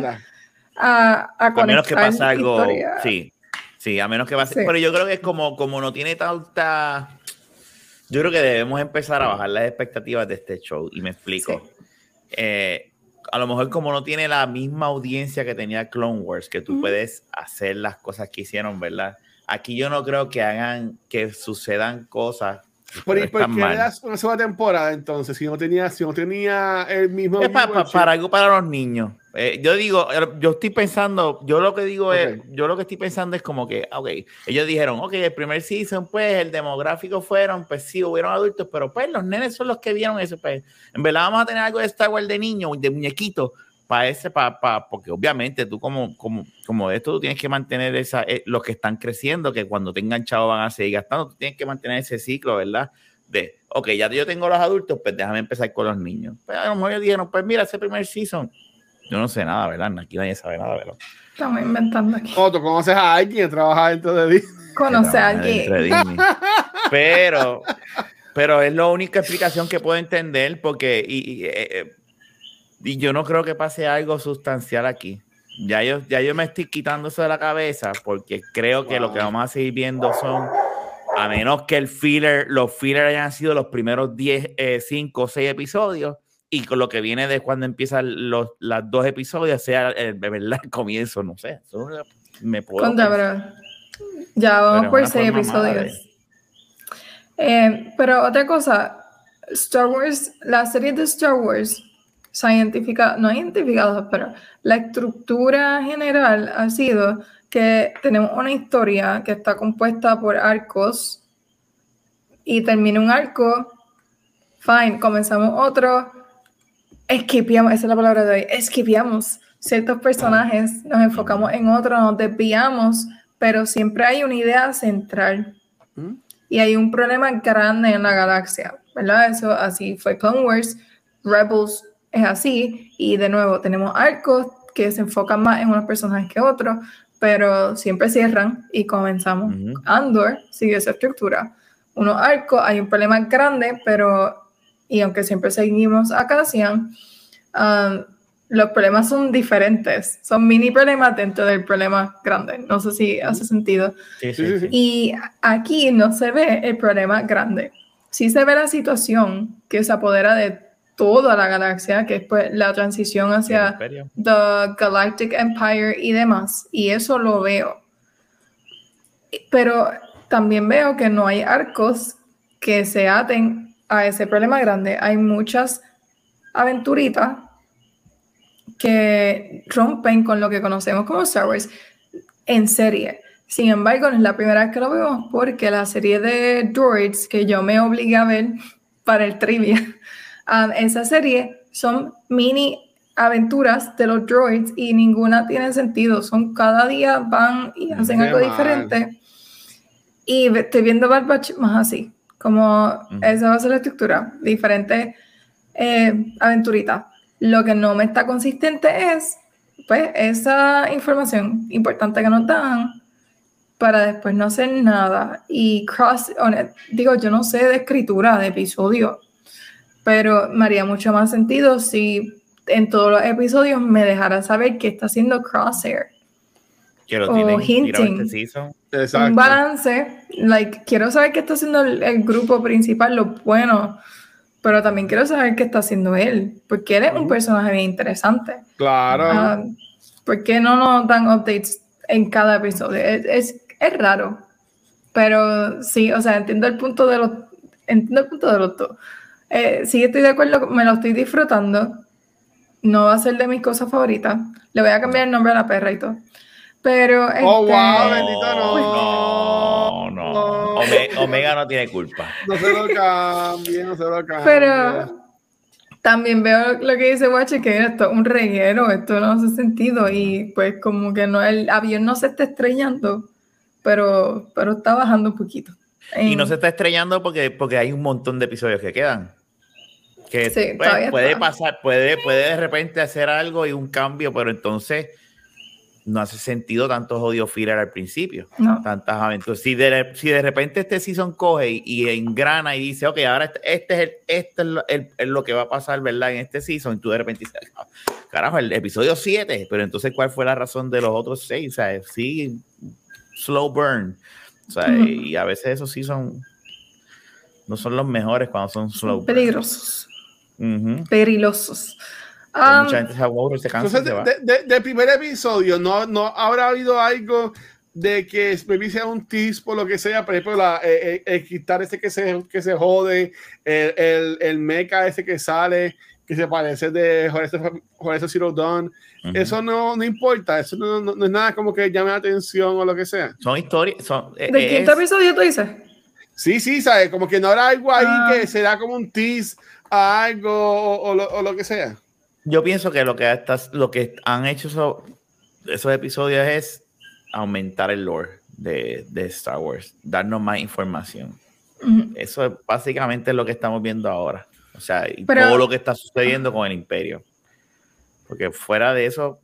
a, a conectar. A menos que pase algo, historia. sí. Sí, a menos que pase. Sí. Pero yo creo que es como, como no tiene tanta... Yo creo que debemos empezar a bajar las expectativas de este show. Y me explico. Sí. Eh, a lo mejor como no tiene la misma audiencia que tenía Clone Wars, que tú mm. puedes hacer las cosas que hicieron, ¿verdad? Aquí yo no creo que hagan, que sucedan cosas. ¿Por, ¿por qué le das una segunda temporada entonces? Si no tenía, si no tenía el mismo... Es para, para, para algo para los niños. Eh, yo digo, yo estoy pensando, yo lo que digo okay. es, yo lo que estoy pensando es como que, ok, ellos dijeron, ok, el primer season, pues, el demográfico fueron, pues sí, hubieron adultos, pero pues los nenes son los que vieron eso, pues, en verdad vamos a tener algo de Star Wars de niño, de muñequito, para ese, para, para, porque obviamente tú como, como, como esto, tú tienes que mantener esa, eh, los que están creciendo, que cuando tengan chavo van a seguir gastando, tú tienes que mantener ese ciclo, ¿verdad? De, ok, ya yo tengo los adultos, pues déjame empezar con los niños. Pues a lo mejor ellos dijeron, pues mira, ese primer season, yo no sé nada, ¿verdad? Aquí nadie sabe nada, ¿verdad? Estamos inventando aquí. Oh, tú conoces a alguien que trabaja dentro de Disney. Conoce a alguien. Pero, pero es la única explicación que puedo entender porque y, y, eh, y yo no creo que pase algo sustancial aquí. Ya yo, ya yo me estoy quitando eso de la cabeza porque creo wow. que lo que vamos a seguir viendo son, a menos que el filler, los fillers hayan sido los primeros diez, cinco o seis episodios, y con lo que viene de cuando empiezan los las dos episodios, sea el, verdad, el comienzo, no sé. Eso me puedo Conta, pero ya vamos pero por seis episodios. Eh, pero otra cosa, Star Wars, la serie de Star Wars, científica, no identificada, pero la estructura general ha sido que tenemos una historia que está compuesta por arcos y termina un arco, fine, comenzamos otro, esquipeamos, esa es la palabra de hoy, esquipeamos ciertos personajes, nos enfocamos en otros, nos desviamos, pero siempre hay una idea central ¿Mm? y hay un problema grande en la galaxia, ¿verdad? Eso así fue Clone Wars, Rebels es así, y de nuevo tenemos arcos que se enfocan más en unos personajes que otros, pero siempre cierran y comenzamos. Uh-huh. Andor sigue esa estructura. Unos arcos, hay un problema grande, pero y aunque siempre seguimos a Cassian, um, los problemas son diferentes, son mini problemas dentro del problema grande. No sé si hace sentido. Sí, sí, sí. Y aquí no se ve el problema grande. Sí se ve la situación que se apodera de toda la galaxia, que es pues, la transición hacia The Galactic Empire y demás. Y eso lo veo. Pero también veo que no hay arcos que se aten a ese problema grande. Hay muchas aventuritas que rompen con lo que conocemos como Star Wars en serie. Sin embargo, no es la primera vez que lo vemos porque la serie de Droids que yo me obligué a ver para el trivia, um, esa serie son mini aventuras de los droids y ninguna tiene sentido. Son cada día van y hacen algo mal. diferente. Y estoy viendo Bad Batch más así. Como uh-huh. esa va a ser la estructura, diferentes eh, aventuritas. Lo que no me está consistente es, pues, esa información importante que nos dan para después no hacer nada. Y cross, digo, yo no sé de escritura, de episodio, pero me haría mucho más sentido si en todos los episodios me dejara saber qué está haciendo Crosshair. Que lo o tienen, hinting. Este season. Un balance, like, quiero saber qué está haciendo el, el grupo principal, lo bueno, pero también quiero saber qué está haciendo él, porque él es uh-huh. un personaje bien interesante. Claro. Uh, ¿Por qué no nos dan updates en cada episodio? Es, es es raro, pero sí, o sea, entiendo el punto de los, entiendo el punto de los dos. Eh, sí estoy de acuerdo, me lo estoy disfrutando. No va a ser de mis cosas favoritas. Le voy a cambiar el nombre a la perra y todo. Pero Oh, este, wow, bendito, No, no. no. Omega, Omega no tiene culpa. No se lo cambie, no se lo cambie. Pero también veo lo que dice Guache, que esto es un reguero, esto no hace sentido. Y pues como que no, el avión no se está estrellando, pero, pero está bajando un poquito. Y no se está estrellando porque, porque hay un montón de episodios que quedan. Que Sí, pues, puede está. pasar, puede, puede de repente hacer algo y un cambio, pero entonces no hace sentido tantos audio filler al principio. No. Tantas aventuras. Si de, si de repente este season coge y, y engrana y dice, ok, ahora este, este es, el, este es lo, el, el, lo que va a pasar, ¿verdad? En este season, y tú de repente dices, carajo, el episodio siete, pero entonces, ¿cuál fue la razón de los otros seis? O sea, sí, slow burn. O sea, uh-huh. y a veces esos sí son, no son los mejores cuando son slow burn. Peligrosos. Uh-huh. Peligrosos. Um, mucha gente se aburre, se cansa. Entonces, se va. De, de, de primer episodio, ¿no, no habrá habido algo de que me sea un tease por lo que sea? Por ejemplo, la, eh, el quitar ese que se, que se jode, el, el, el mecha ese que sale, que se parece de Horizon Zero Dawn. Uh-huh. Eso no, no importa, eso no, no, no es nada como que llame la atención o lo que sea. Son historias. Son, ¿De qué es... episodio tú dices? Sí, sí, ¿sabes? Como que no habrá algo ahí ah. que será como un tease a algo o, o, lo, o lo que sea. Yo pienso que lo que, estás, lo que han hecho eso, esos episodios es aumentar el lore de, de Star Wars, darnos más información. Uh-huh. Eso es básicamente lo que estamos viendo ahora. O sea, y Pero, todo lo que está sucediendo con el Imperio. Porque fuera de eso...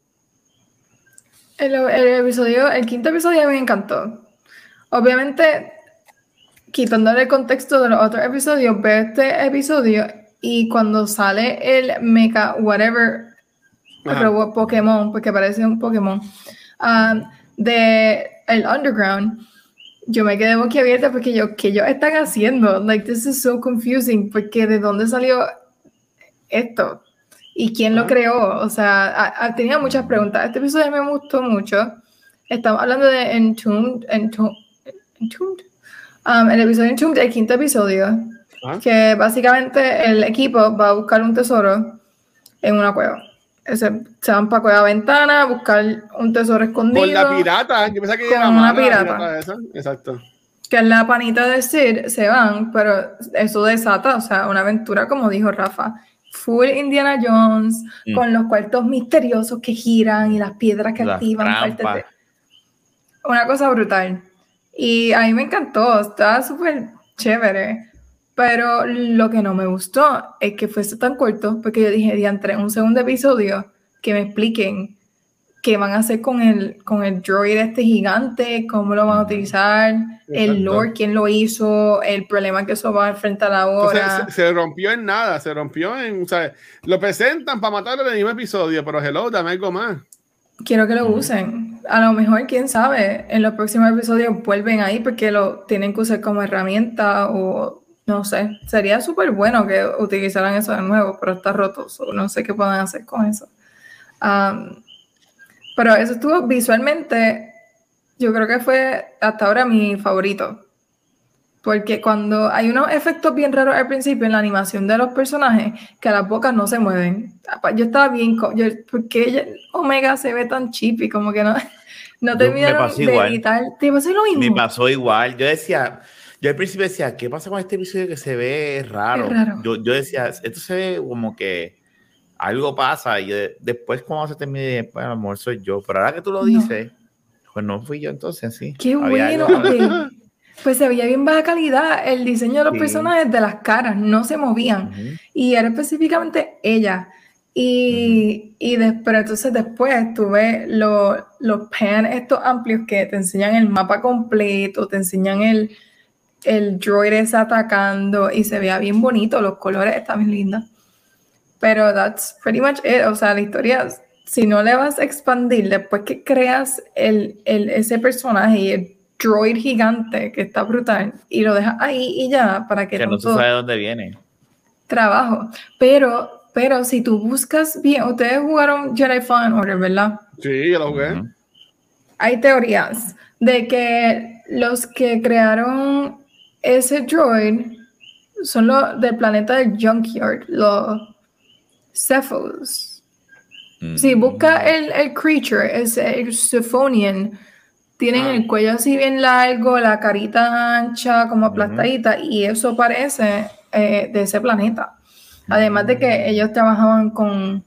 El, el episodio, el quinto episodio a mí me encantó. Obviamente, quitándole el contexto de los otros episodios, veo este episodio... Y cuando sale el mecha, whatever, robot Pokémon, porque parece un Pokémon, um, de el Underground, yo me quedé boquiabierta porque yo, ¿qué ellos están haciendo? Like, this is so confusing, porque ¿de dónde salió esto? ¿Y quién lo creó? O sea, a, a, tenía muchas preguntas. Este episodio me gustó mucho. Estamos hablando de Entombed, Entombed, Entombed. Um, el episodio Entombed, el quinto episodio. ¿Ah? Que básicamente el equipo va a buscar un tesoro en una cueva. Ese, se van para cueva ventana a buscar un tesoro escondido. Con la pirata, yo pensaba que con era una mala, pirata. La pirata esa. Exacto. Que es la panita de Sid, se van, pero eso desata, o sea, una aventura, como dijo Rafa, full Indiana Jones, mm. con los cuartos misteriosos que giran y las piedras que las activan. De... Una cosa brutal. Y a mí me encantó, estaba súper chévere. Pero lo que no me gustó es que fuese tan corto, porque yo dije, diantre, un segundo episodio que me expliquen qué van a hacer con el, con el droid este gigante, cómo lo van a utilizar, exacto. El lore, quién lo hizo, el problema que eso va a enfrentar ahora. Entonces, se, se rompió en nada, se rompió en, o sea, lo presentan para matarlo en el mismo episodio, pero hello, dame algo más. Quiero que lo usen. A lo mejor, quién sabe, en los próximos episodios vuelven ahí porque lo tienen que usar como herramienta o... No sé, sería súper bueno que utilizaran eso de nuevo, pero está roto, so no sé qué pueden hacer con eso. Um, pero eso estuvo visualmente, yo creo que fue hasta ahora mi favorito. Porque cuando hay unos efectos bien raros al principio en la animación de los personajes, que las bocas no se mueven. Yo estaba bien, yo, porque ella, Omega se ve tan cheap y como que no, no terminaron de editar. ¿Te pasó lo mismo? Me pasó igual, yo decía... Yo al principio decía, ¿qué pasa con este episodio que se ve raro? raro. Yo, yo decía, esto se ve como que algo pasa. Y yo, después, cuando se termine, dije, bueno, a lo mejor soy yo. Pero ahora que tú lo dices, no. Pues no fui yo entonces, sí. Qué bueno. Algo... Pues se veía bien baja calidad. El diseño de los sí. personajes, de las caras, no se movían. Uh-huh. Y era específicamente ella. Y, uh-huh. y de, pero entonces después tuve los lo pan estos amplios que te enseñan el mapa completo, te enseñan el... el droid está atacando y se veía bien bonito, los colores están bien lindos. Pero that's pretty much it. O sea, la historia, si no le vas a expandir después que creas el, el, ese personaje y el droid gigante que está brutal y lo dejas ahí y ya para que, que no se sabe de dónde viene. Trabajo. Pero, pero si tú buscas bien, ustedes jugaron Jedi Fallen Order, ¿verdad? Sí, yo lo jugué. Uh-huh. Hay teorías de que los que crearon ese droid son los del planeta del Junkyard, los Cephos. Mm. Si busca el, el creature, es el Cephonian, tienen ah. el cuello así bien largo, la carita ancha, como aplastadita, uh-huh. y eso parece eh, de ese planeta. Además de que ellos trabajaban con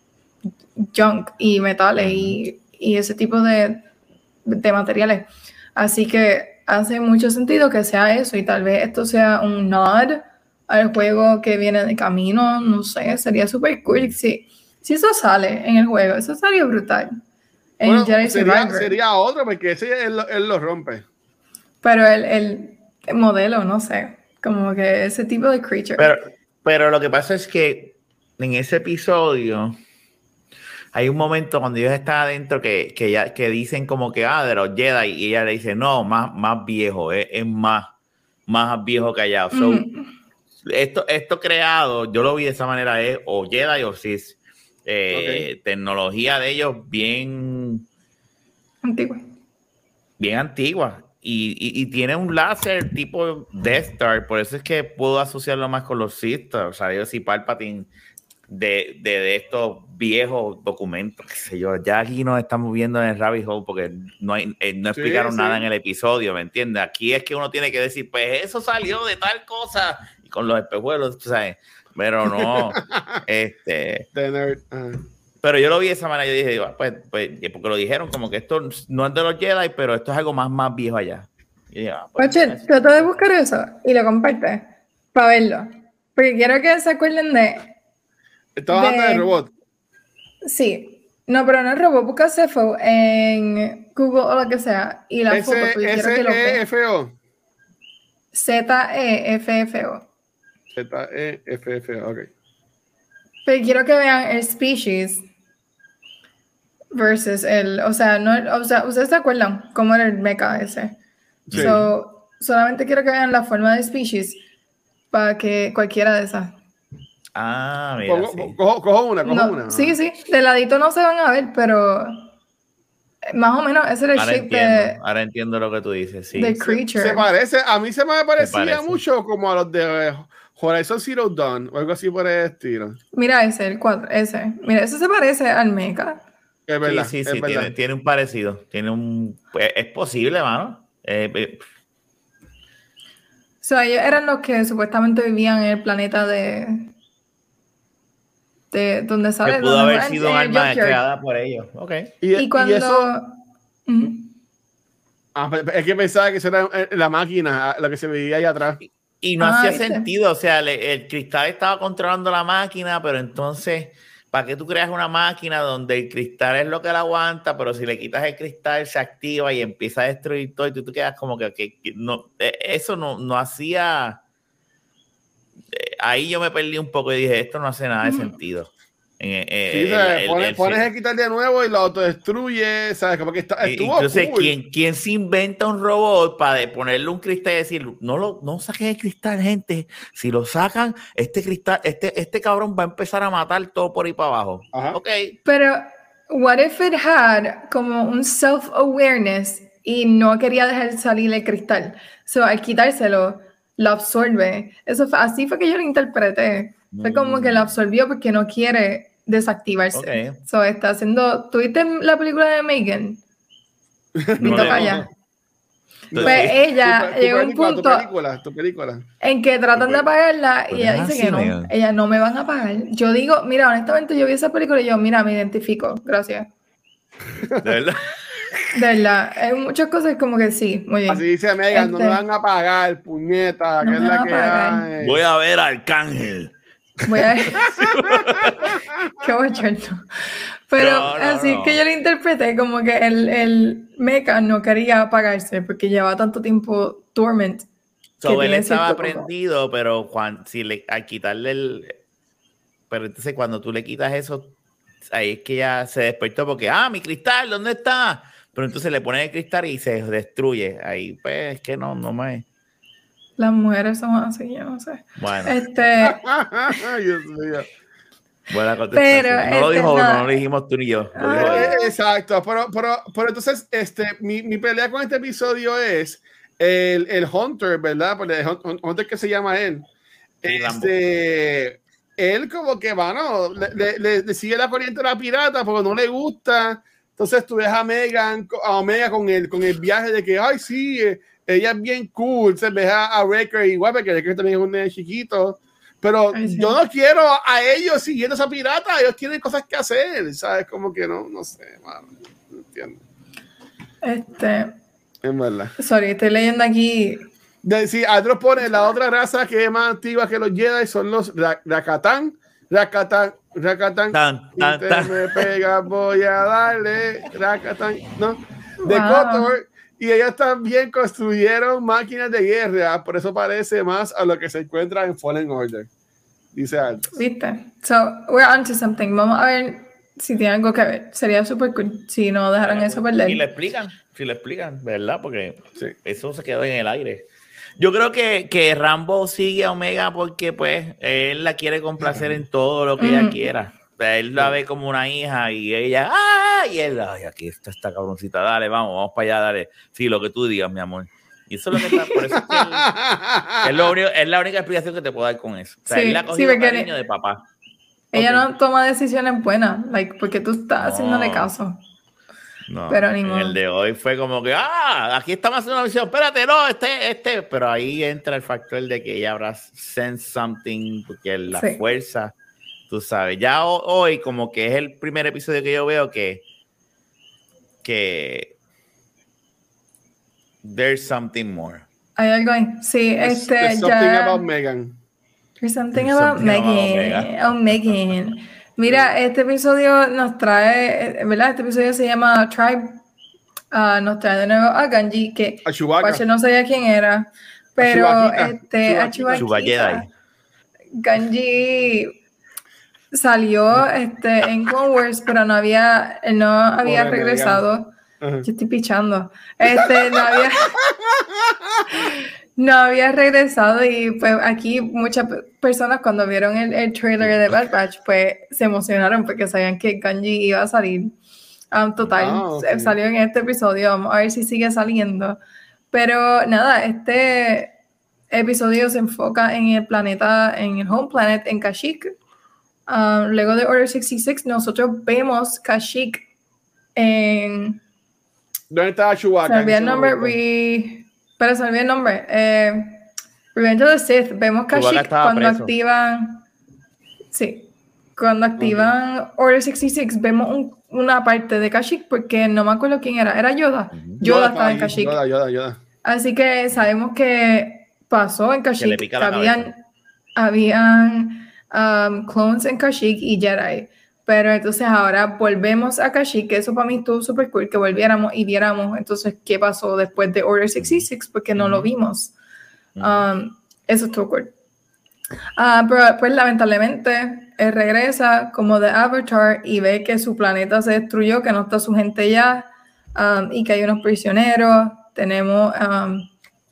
junk y metales uh-huh. y, y ese tipo de, de materiales. Así que hace mucho sentido que sea eso, y tal vez esto sea un nod al juego que viene de camino, no sé, sería súper cool si, si eso sale en el juego, eso sería brutal. Bueno, sería, sería otro, porque ese él, él lo rompe. Pero el, el, el modelo, no sé, como que ese tipo de creature. Pero, pero lo que pasa es que en ese episodio hay un momento cuando ellos están adentro que, que, ya, que dicen como que, ah, de los Jedi, y ella le dice, no, más, más viejo, es, es más, más viejo que allá. So, mm. esto, esto creado, yo lo vi de esa manera, es o Jedi o Sith. Eh, okay. Tecnología de ellos bien antigua, bien antigua y, y, y tiene un láser tipo Death Star, por eso es que puedo asociarlo más con los Sith, o sea, ellos y Palpatine de, de, de estos viejos documentos, qué sé yo. Ya aquí nos estamos viendo en el rabbit hole porque no, hay, eh, no explicaron sí, sí. nada en el episodio, ¿me entiendes? Aquí es que uno tiene que decir, pues eso salió de tal cosa, y con los espejuelos, tú sabes. Pero no, este... Uh. Pero yo lo vi de esa manera, yo dije, pues, pues, porque lo dijeron, como que esto no es de los Jedi, pero esto es algo más, más viejo allá. Y dije, ah, pues, Oye, trata de buscar eso y lo compartes para verlo. Porque quiero que se acuerden de... ¿Estás hablando del robot? Sí. No, pero no el robot, busca Cepho en Google o lo que sea, y la foto, porque quiero que lo vean. Z E F O. Z E F F O. Z E F F O, ok. Pero quiero que vean el species versus el, o sea, no, o sea, ustedes se acuerdan cómo era el mecha ese. Sí. So, solamente quiero que vean la forma de species para que cualquiera de esas. Ah, mira. Cojo, sí. cojo, cojo una, cojo no, una. Sí, sí, de ladito no se van a ver, pero más o menos ese era el ahora shape entiendo, de... Ahora entiendo lo que tú dices, sí. The creature. Se, se parece, a mí se me parecía se parece. mucho como a los de Horizon Zero Dawn o algo así por el estilo. Mira ese, el cuatro, ese. Mira, ese se parece al mecha. Es verdad, sí, sí, es sí, verdad. Tiene, tiene un parecido. Tiene un... Es, es posible, mano. Eh, eh. O sea, ellos eran los que supuestamente vivían en el planeta de... de donde sale... Que pudo donde haber sido un arma creada por ellos. Okay. Y, y cuando... Y eso... uh-huh. ah, es que pensaba que eso era la máquina, lo que se veía ahí atrás. Y, y no ah, hacía ¿viste? sentido. O sea, le, el cristal estaba controlando la máquina, pero entonces... ¿Para qué tú creas una máquina donde el cristal es lo que la aguanta, pero si le quitas el cristal se activa y empieza a destruir todo y tú te quedas como que, que, que no, eso no, no hacía... Ahí yo me perdí un poco y dije, esto no hace nada de sentido. En, sí, el, el, pones, el, pones el quitar de nuevo y lo autodestruye, ¿sabes? Como que está, estuvo Entonces, cool. ¿quién, ¿quién se inventa un robot para ponerle un cristal y decir, no, lo, no saquen el cristal, gente? Si lo sacan, este cristal, este, este cabrón va a empezar a matar todo por ahí para abajo. Ajá. Okay. Pero, what if it had como un self-awareness y no quería dejar salir el cristal? So, al quitárselo, lo absorbe. Eso fue, así fue que yo lo interpreté. Fue como que lo absorbió porque no quiere desactivarse. Okay. So, está haciendo... ¿Tuviste la película de Megan? Me no, toca no, ya. no. Pues sí. ella tu, tu llegó a un película, punto tu película, tu película. en que tratan tu de apagarla y pues ella dice así, que no. Megan. Ella no me van a apagar. Yo digo, mira, honestamente yo vi esa película y yo, mira, me identifico. Gracias. ¿De verdad? De verdad. Hay muchas cosas como que sí. Muy bien. Así dice Megan, este, no me van a pagar, puñeta, no que es la que hay. Voy a ver a Arcángel. Voy a ver. Qué bochorno. Pero no, no, así no. que yo lo interpreté como que el, el mecha no quería apagarse porque llevaba tanto tiempo dormant. So, él estaba prendido, poco. Pero cuando, si le, al quitarle el... Pero entonces cuando tú le quitas eso, ahí es que ya se despertó porque, ah, mi cristal, ¿dónde está? Pero entonces le ponen el cristal y se destruye. Ahí, pues, es que no, no me... Las mujeres son así, yo no sé. Bueno. Este... Dios mío. Buena contestación. Pero, no lo este, dijo no. uno, no lo dijimos tú ni yo. Lo dijo Ah. ella. Eh, Exacto, pero, pero, pero entonces este, mi, mi pelea con este episodio es el, el Hunter, ¿verdad? Porque el Hun- Hunter que se llama él. Sí, Rambo. Este, él como que, mano, le, le, le- le sigue la corriente a la pirata porque no le gusta. Entonces tú ves a Megan, a Omega con el, con el viaje de que, ay, sí, eh, ella es bien cool. Se ves a, a Wrecker igual, porque Wrecker también es un nene chiquito. Pero Ay, sí. yo no quiero a ellos siguiendo esa pirata. Ellos tienen cosas que hacer, ¿sabes? Como que no, no sé, mano. No entiendo. Este, En verdad. sorry, estoy leyendo aquí. De, sí, otros pone la otra raza que es más antigua que los Jedi son los Ra- Rakatán. Rakatán, Rakatán. Tan, Si tan, te tan. me pegas, voy a darle. Rakatán, ¿no? De Wow. Kotor. Y ellos también construyeron máquinas de guerra. Por eso parece más a lo que se encuentra en Fallen Order. Dice Altos. ¿Viste? So, we're onto something. Vamos a ver si tiene algo que ver. Sería súper cool si no dejaran Bueno, eso pues, perder. si lo explican, si lo explican, ¿verdad? Porque Sí. eso se quedó en el aire. Yo creo que, que Rambo sigue a Omega porque pues él la quiere complacer en todo lo que ella Mm. quiera. O sea, él la ve como una hija y ella, ¡ah! Y él, ay, aquí está esta cabroncita, dale, vamos, vamos para allá, dale. Sí, lo que tú digas, mi amor. Y eso es lo que está, por eso es que él, es, lo único, es la única explicación que te puedo dar con eso. O sea, Sí, él le ha sí, cogido porque cariño de papá. Ella Ok. no toma decisiones buenas, like, porque tú estás No. haciéndole caso. No, Pero ni en modo. el de hoy fue como que, ah, aquí estamos haciendo una misión, espérate, no, este, este, pero ahí entra el factor de que ella habrá sensed something, porque la Sí. fuerza, tú sabes, ya ho- hoy como que es el primer episodio que yo veo que, que there's something more. Hay algo ahí. Sí, There's- este, there's something ya. about Megan. There's something There's about something about Megan. Omega. Oh, Megan. Mira, este episodio nos trae, eh, ¿verdad? Este episodio se llama Tribe. Ah, nos trae de nuevo a Ganji, que A Chewbacca. Watcher no sabía quién era, pero Chewbaquita, este, a Chewbaquita. Chuba Chewbacquita. Jedi. Ganji salió este, en Clone Wars, pero no había, él no había Pobre regresado. Ajá. Yo estoy pichando. Este, no había, no había regresado y pues aquí muchas pe- personas cuando vieron el, el trailer de Bad Batch pues se emocionaron porque sabían que Ganji iba a salir. Um, total, Ah, ok. s- salió en este episodio, vamos a ver si sigue saliendo. Pero nada, este episodio se enfoca en el planeta, en el home planet, en Kashyyyk. Um, luego de Order sesenta y seis nosotros vemos Kashyyyk en... ¿Dónde estaba Chewbacca? Se me olvidó en el ese nombre, momento? re... pero se me olvidó el nombre. Eh, Revenge of the Sith. Vemos Chewbacca Kashyyyk estaba cuando preso. activan. Sí. Cuando activan Order sesenta y seis, vemos un- una parte de Kashyyyk porque no me acuerdo quién era. Era Yoda. Ujú. Yoda estaba en allí, Kashyyyk. Yoda, Yoda, Yoda. Así que sabemos que pasó en Que le Kashyyyk. pica Que la habían, cabeza. habían um, clones en Kashyyyk y Jedi. Pero entonces ahora volvemos a Kashyyyk, que eso para mí estuvo súper cool, que volviéramos y viéramos entonces qué pasó después de Order sesenta y seis, porque no lo Ujú. vimos. Ujú. Um, eso estuvo cool. Ah, pero pues lamentablemente él regresa como de Avatar y ve que su planeta se destruyó, que no está su gente ya, um, y que hay unos prisioneros. Tenemos um,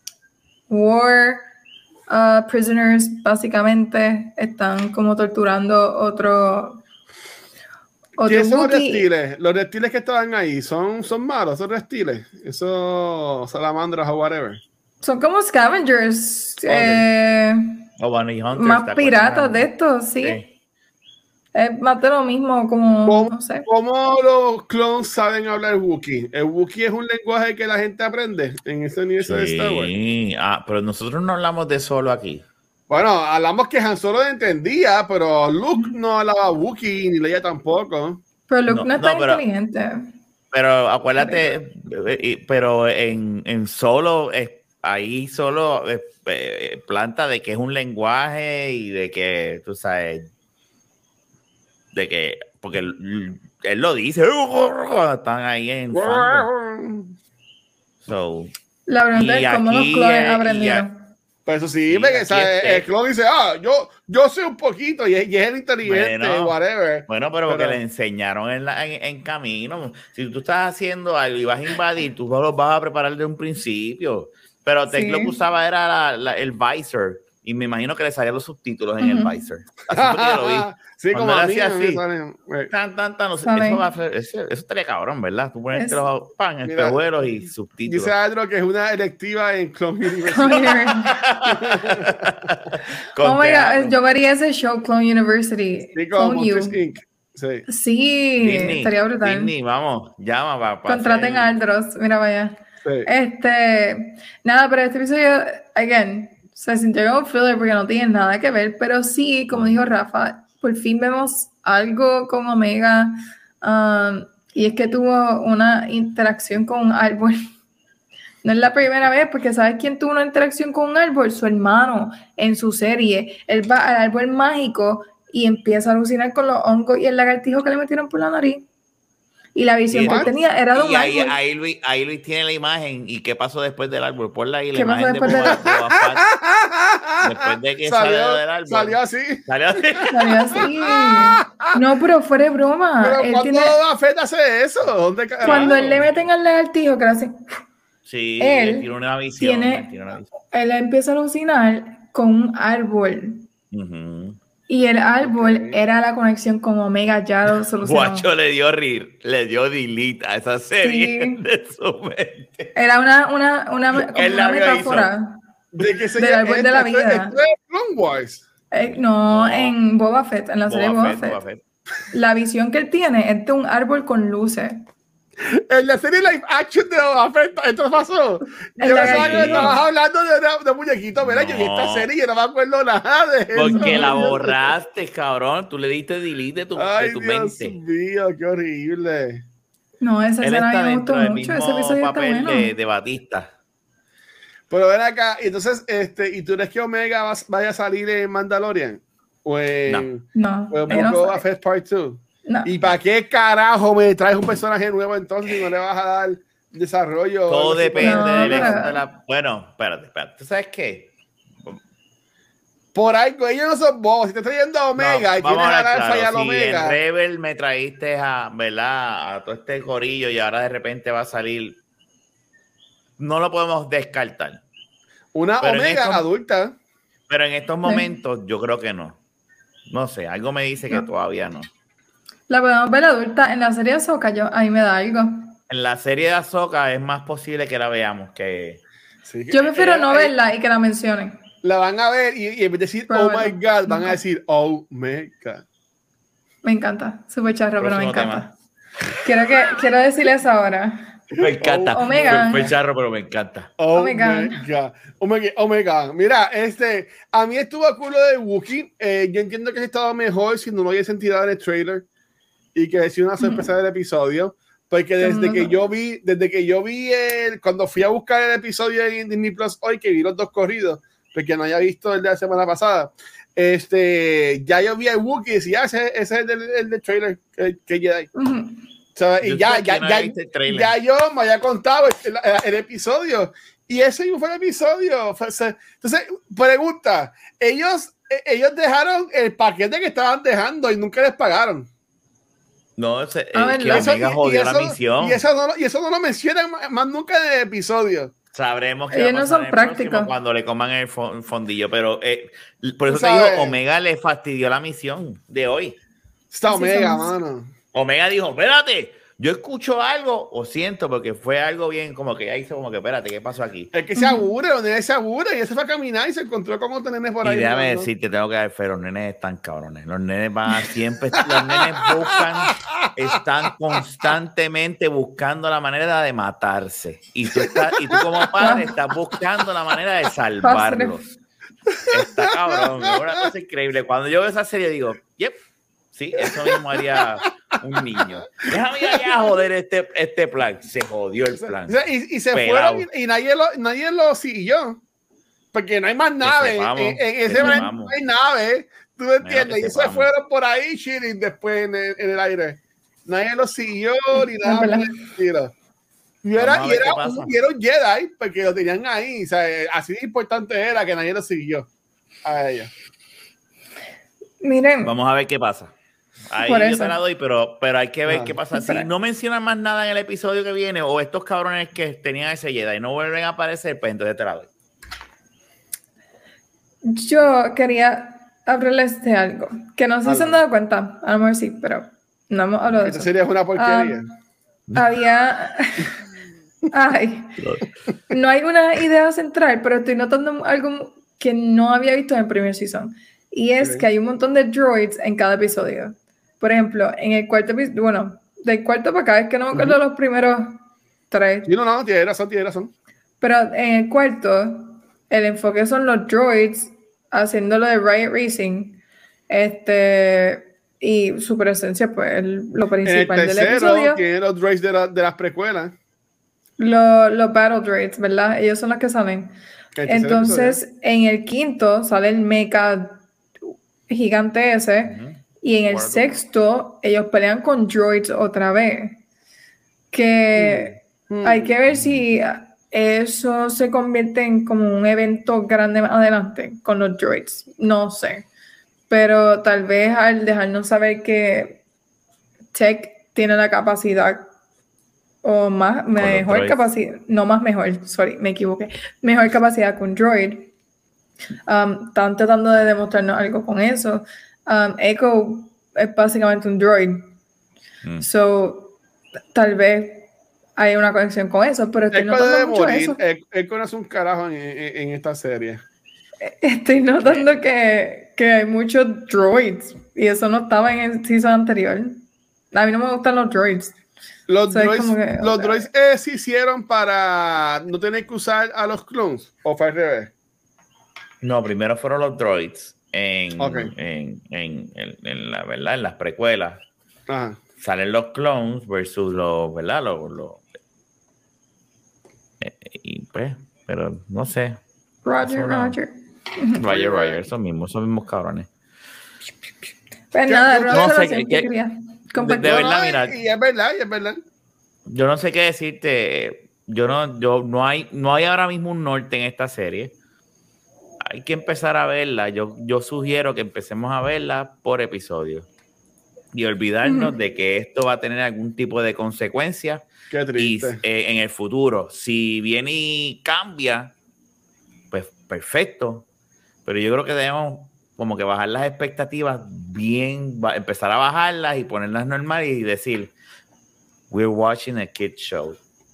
war uh, prisoners, básicamente están como torturando otro otro ¿Quiénes son los Wookiee. reptiles? Los reptiles que estaban ahí, ¿son, son malos? ¿Son reptiles? Esos salamandras o whatever. Son como scavengers, Ok. eh, O Bunny Hunters, más ¿te acuerdas? piratas de estos, sí. Sí. Es más de lo mismo, como, ¿Cómo, no sé. cómo los clones saben hablar Wookiee? ¿El Wookiee es un lenguaje que la gente aprende en ese universo de Star Wars? Sí. Ah, pero nosotros no hablamos de solo aquí. Bueno, hablamos que Han Solo entendía, pero Luke no hablaba Wookiee, ni Leia tampoco. Pero Luke No, no, es tan no, pero- inteligente. Pero acuérdate, eh, eh, pero en, en solo, eh, ahí solo eh, eh, planta de que es un lenguaje y de que, tú sabes, de que, porque él, él lo dice, están ahí en fandom. So, La pregunta y es cómo los aquí, clones eh, aprendieron. Pero eso sí, Sí, ve que aquí ¿sabes? este- el clon dice, ah, yo, yo sé un poquito, y es, y es el inteligente, Bueno. whatever. bueno, pero, porque Pero- le enseñaron en, la, en, en camino. Si tú estás haciendo algo y vas a invadir, tú lo vas a preparar de un principio. Pero Tech Sí. lo que usaba era la- la- el visor y me imagino que le salían los subtítulos en uh-huh. el visor. Así fue que yo lo vi. Sí, cuando como a mí, mí, así, salen, tan, tan, tan, no sé, eso, va a ser, eso, eso estaría cabrón, ¿verdad? Tú pones los pan, espejuelos y subtítulos. Dice Andro que es una electiva en Clone University. Oh my God, yo vería ese show, Clone University. Sí, como Monsters incorporated. Sí, sí Disney, estaría brutal. Disney, vamos, llama para pa contraten a Aldros, mira vaya. Sí. Este, nada, pero este episodio, again, se sintió como filler porque no tiene nada que ver, pero sí, como dijo Rafa, por fin vemos algo con Omega, um, y es que tuvo una interacción con un árbol. No es la primera vez, porque ¿sabes quién tuvo una interacción con un árbol? Su hermano en su serie. Él va al árbol mágico y empieza a alucinar con los hongos y el lagartijo que le metieron por la nariz. Y la visión que él tenía era de un y ahí, árbol. Ahí Luis, ahí Luis tiene la imagen. ¿Y qué pasó después del árbol? Ponla ahí la ¿Qué imagen pasó después de del Boba Fett. Después de que salió, salió del árbol. Salió así. Salió así. Salió así. No, pero fuera de broma. Pero él ¿cuándo tiene... Boba Fett hace eso? ¿Dónde Cuando él le meten al lagartijo, que hace... Sí, él, él tiene una visión. Tiene... Él, tiene una visión. Él empieza a alucinar con un árbol. Uh-huh. Y el árbol okay. era la conexión con Omega, ya lo solucionó. Guacho le dio rir, le dio delete a esa serie sí. de su mente. Era una, una, una, una metáfora de que se del árbol este, de la este, vida. Este es Clone Wars. Eh, no, no, en Boba Fett, en la Boba serie Boba Fett, Fett. Boba Fett. La visión que él tiene es de un árbol con luces. En la serie live action de Boba Fett, esto pasó. Yo pensaba que estabas hablando de, de, de muñequitos, ¿verdad? No. Yo vi esta serie y yo no me acuerdo nada de eso. Porque la borraste, cabrón. Tú le diste delete de tu, Ay, de tu Dios mente. Dios mío, qué horrible. No, esa Él escena está me gustó dentro mucho. Del Ese episodio papel está bueno. de, de Batista. Pero ven acá, entonces, este, ¿y tú crees que Omega va, vaya a salir en Mandalorian? O en, no. O en no Boba Fett Part dos. No. ¿Y para qué carajo me traes un personaje nuevo entonces y no le vas a dar desarrollo? Todo depende no, de, pero... de la... Bueno, espérate, espérate. ¿Tú sabes qué? Por algo, ellos no son bobos. Si te estoy trayendo a Omega no, y tienes a Alpha y a si Omega. En Rebel me trajiste a, ¿verdad? A todo este corillo y ahora de repente va a salir. No lo podemos descartar. Una pero Omega estos, adulta. Pero en estos momentos sí. yo creo que no. No sé, algo me dice no. que todavía no. La podemos ver adulta en la serie de Ahsoka, yo, a mí me da algo. En la serie de Ahsoka es más posible que la veamos que... Sí, yo prefiero eh, no verla eh, y que la mencionen. La van a ver y, y en vez de decir pero oh my God, van a decir oh my God. Me encanta, súper charro, pero me encanta. Quiero, que, quiero decirles ahora. Me encanta. Oh, Omega. Súper charro, pero me encanta. Oh, oh my God. Oh my God. Oh my God. Mira, este, a mí estuvo a culo de Wookiee. Eh, yo entiendo que estaba mejor si no lo hubiese sentido en el trailer y que decía una sorpresa mm. del episodio. Porque desde que yo vi, desde que yo vi el, cuando fui a buscar el episodio en Disney Plus hoy, que vi los dos corridos, porque no había visto el de la semana pasada, este, ya yo vi el Wookiee y decía, ese, ese es el del, el del trailer que, que Jedi. Uh-huh. O y ya, ya, ya, ya yo me había contado el, el, el episodio y ese fue el episodio. Entonces, pregunta, ellos, ellos dejaron el paquete que estaban dejando y nunca les pagaron. No, ese, a ver, que Omega eso, jodió y eso, la misión. Y eso, no, y eso no lo mencionan más, más nunca en el episodio. Sabremos que ellos no son prácticos cuando le coman el fondillo, pero eh, por eso te digo, Omega le fastidió la misión de hoy. Está Omega, mano. Omega dijo, espérate, yo escucho algo o siento porque fue algo bien, como que ya hizo como que, espérate, ¿qué pasó aquí? Es que se aburre, los nenes se aburre y él se fue a caminar y se encontró con otros nenes por ahí. Y déjame ¿no? decirte, tengo que dar fe, los nenes están cabrones. Los nenes van siempre, los nenes buscan, están constantemente buscando la manera de matarse. Y tú, estás, y tú como padre estás buscando la manera de salvarlos. Está cabrón, es una cosa increíble. Cuando yo veo esa serie digo, yep, sí, eso mismo haría un niño. Déjame ya joder este, este plan. Se jodió el plan. Y, y se Pelao. fueron y, y nadie, lo, nadie lo siguió. Porque no hay más naves. En, en ese plan no hay naves. ¿Tú me entiendes? Y se fueron por ahí chilling después en el, en el aire. Nadie lo siguió ni nada. No, y era, y era, un, y era un Jedi porque lo tenían ahí. O sea, así de importante era que nadie lo siguió a ella. Miren. Vamos a ver qué pasa. Ahí yo te la doy, pero, pero hay que ver ah, qué pasa. Si no mencionan más nada en el episodio que viene, o estos cabrones que tenían ese Jedi no vuelven a aparecer, pues entonces te la doy. yo quería hablarles de algo que no sé si se han dado cuenta, a lo mejor sí, pero no hemos hablado de Esta eso. sería una porquería. Um, había... Ay, no hay una idea central, pero estoy notando algo que no había visto en el primer season. Y es Okay. que hay un montón de droids en cada episodio. Por ejemplo, en el cuarto episodio, bueno, del cuarto para acá, es que no me acuerdo uh-huh. los primeros tres. Sí, no, no, tiene razón, tiene razón. Pero en el cuarto, el enfoque son los droids haciendo lo de Riot Racing. Este... Y su presencia, pues, lo principal en el tercero, del episodio. Tiene los droids de, la, de las precuelas. Los, los Battle Droids, ¿verdad? Ellos son los que salen. Entonces, episodio. En el quinto sale el mecha gigante ese. Uh-huh. Y en el Guardo. sexto, ellos pelean con droids otra vez. Que uh-huh. hay que ver si eso se convierte en como un evento grande más adelante con los droids. No sé. Pero tal vez al dejarnos saber que Tech tiene la capacidad o más, mejor capacidad, no más mejor, sorry, me equivoqué, mejor capacidad con Droid. Um, están tratando de demostrarnos algo con eso. Um, Echo es básicamente un droid. Mm. So, tal vez hay una conexión con eso, pero estoy Echo notando debe mucho morir. eso. Echo no es un carajo en, en, en esta serie. Estoy notando que, que hay muchos droids y eso no estaba en el season anterior. A mí no me gustan los droids. Los so droids, que, los okay. droids eh, se hicieron para no tener que usar a los clones, ¿o fue al revés? No, primero fueron los droids en, okay. en, en, en, en, la, ¿verdad? En las precuelas. Ajá. Salen los clones versus los, ¿verdad? Los, los, eh, y pues, pero no sé. Roger, no. Roger. Roger, Roger, esos mismos, esos mismos cabrones. Pues nada, no, no sé qué que quería. De, de verdad, mira. Y es verdad, y es verdad. Yo no sé qué decirte. Yo no, yo no hay, no hay ahora mismo un norte en esta serie. Hay que empezar a verla. Yo, yo sugiero que empecemos a verla por episodio y olvidarnos mm. de que esto va a tener algún tipo de consecuencia. Qué triste. Y eh, en el futuro, si viene y cambia, pues perfecto. Pero yo creo que debemos como que bajar las expectativas bien, empezar a bajarlas y ponerlas normales y decir, we're watching a kid show.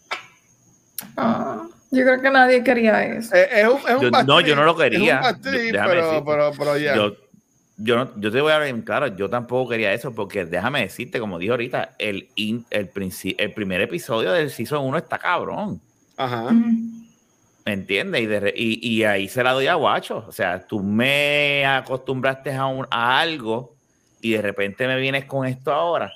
Oh, yo creo que nadie quería eso. Eh, es un, es un yo, no, yo no lo quería. Es un pastel, pero, pero, pero ya. Yo, yo, no, yo te voy a ver claro, yo tampoco quería eso porque déjame decirte, como dije ahorita, el, in, el, el primer episodio del Season uno está cabrón. Ajá. Mm. ¿Me entiendes? Y, de, y, y ahí se la doy a Guacho. O sea, tú me acostumbraste a, un, a algo y de repente me vienes con esto ahora.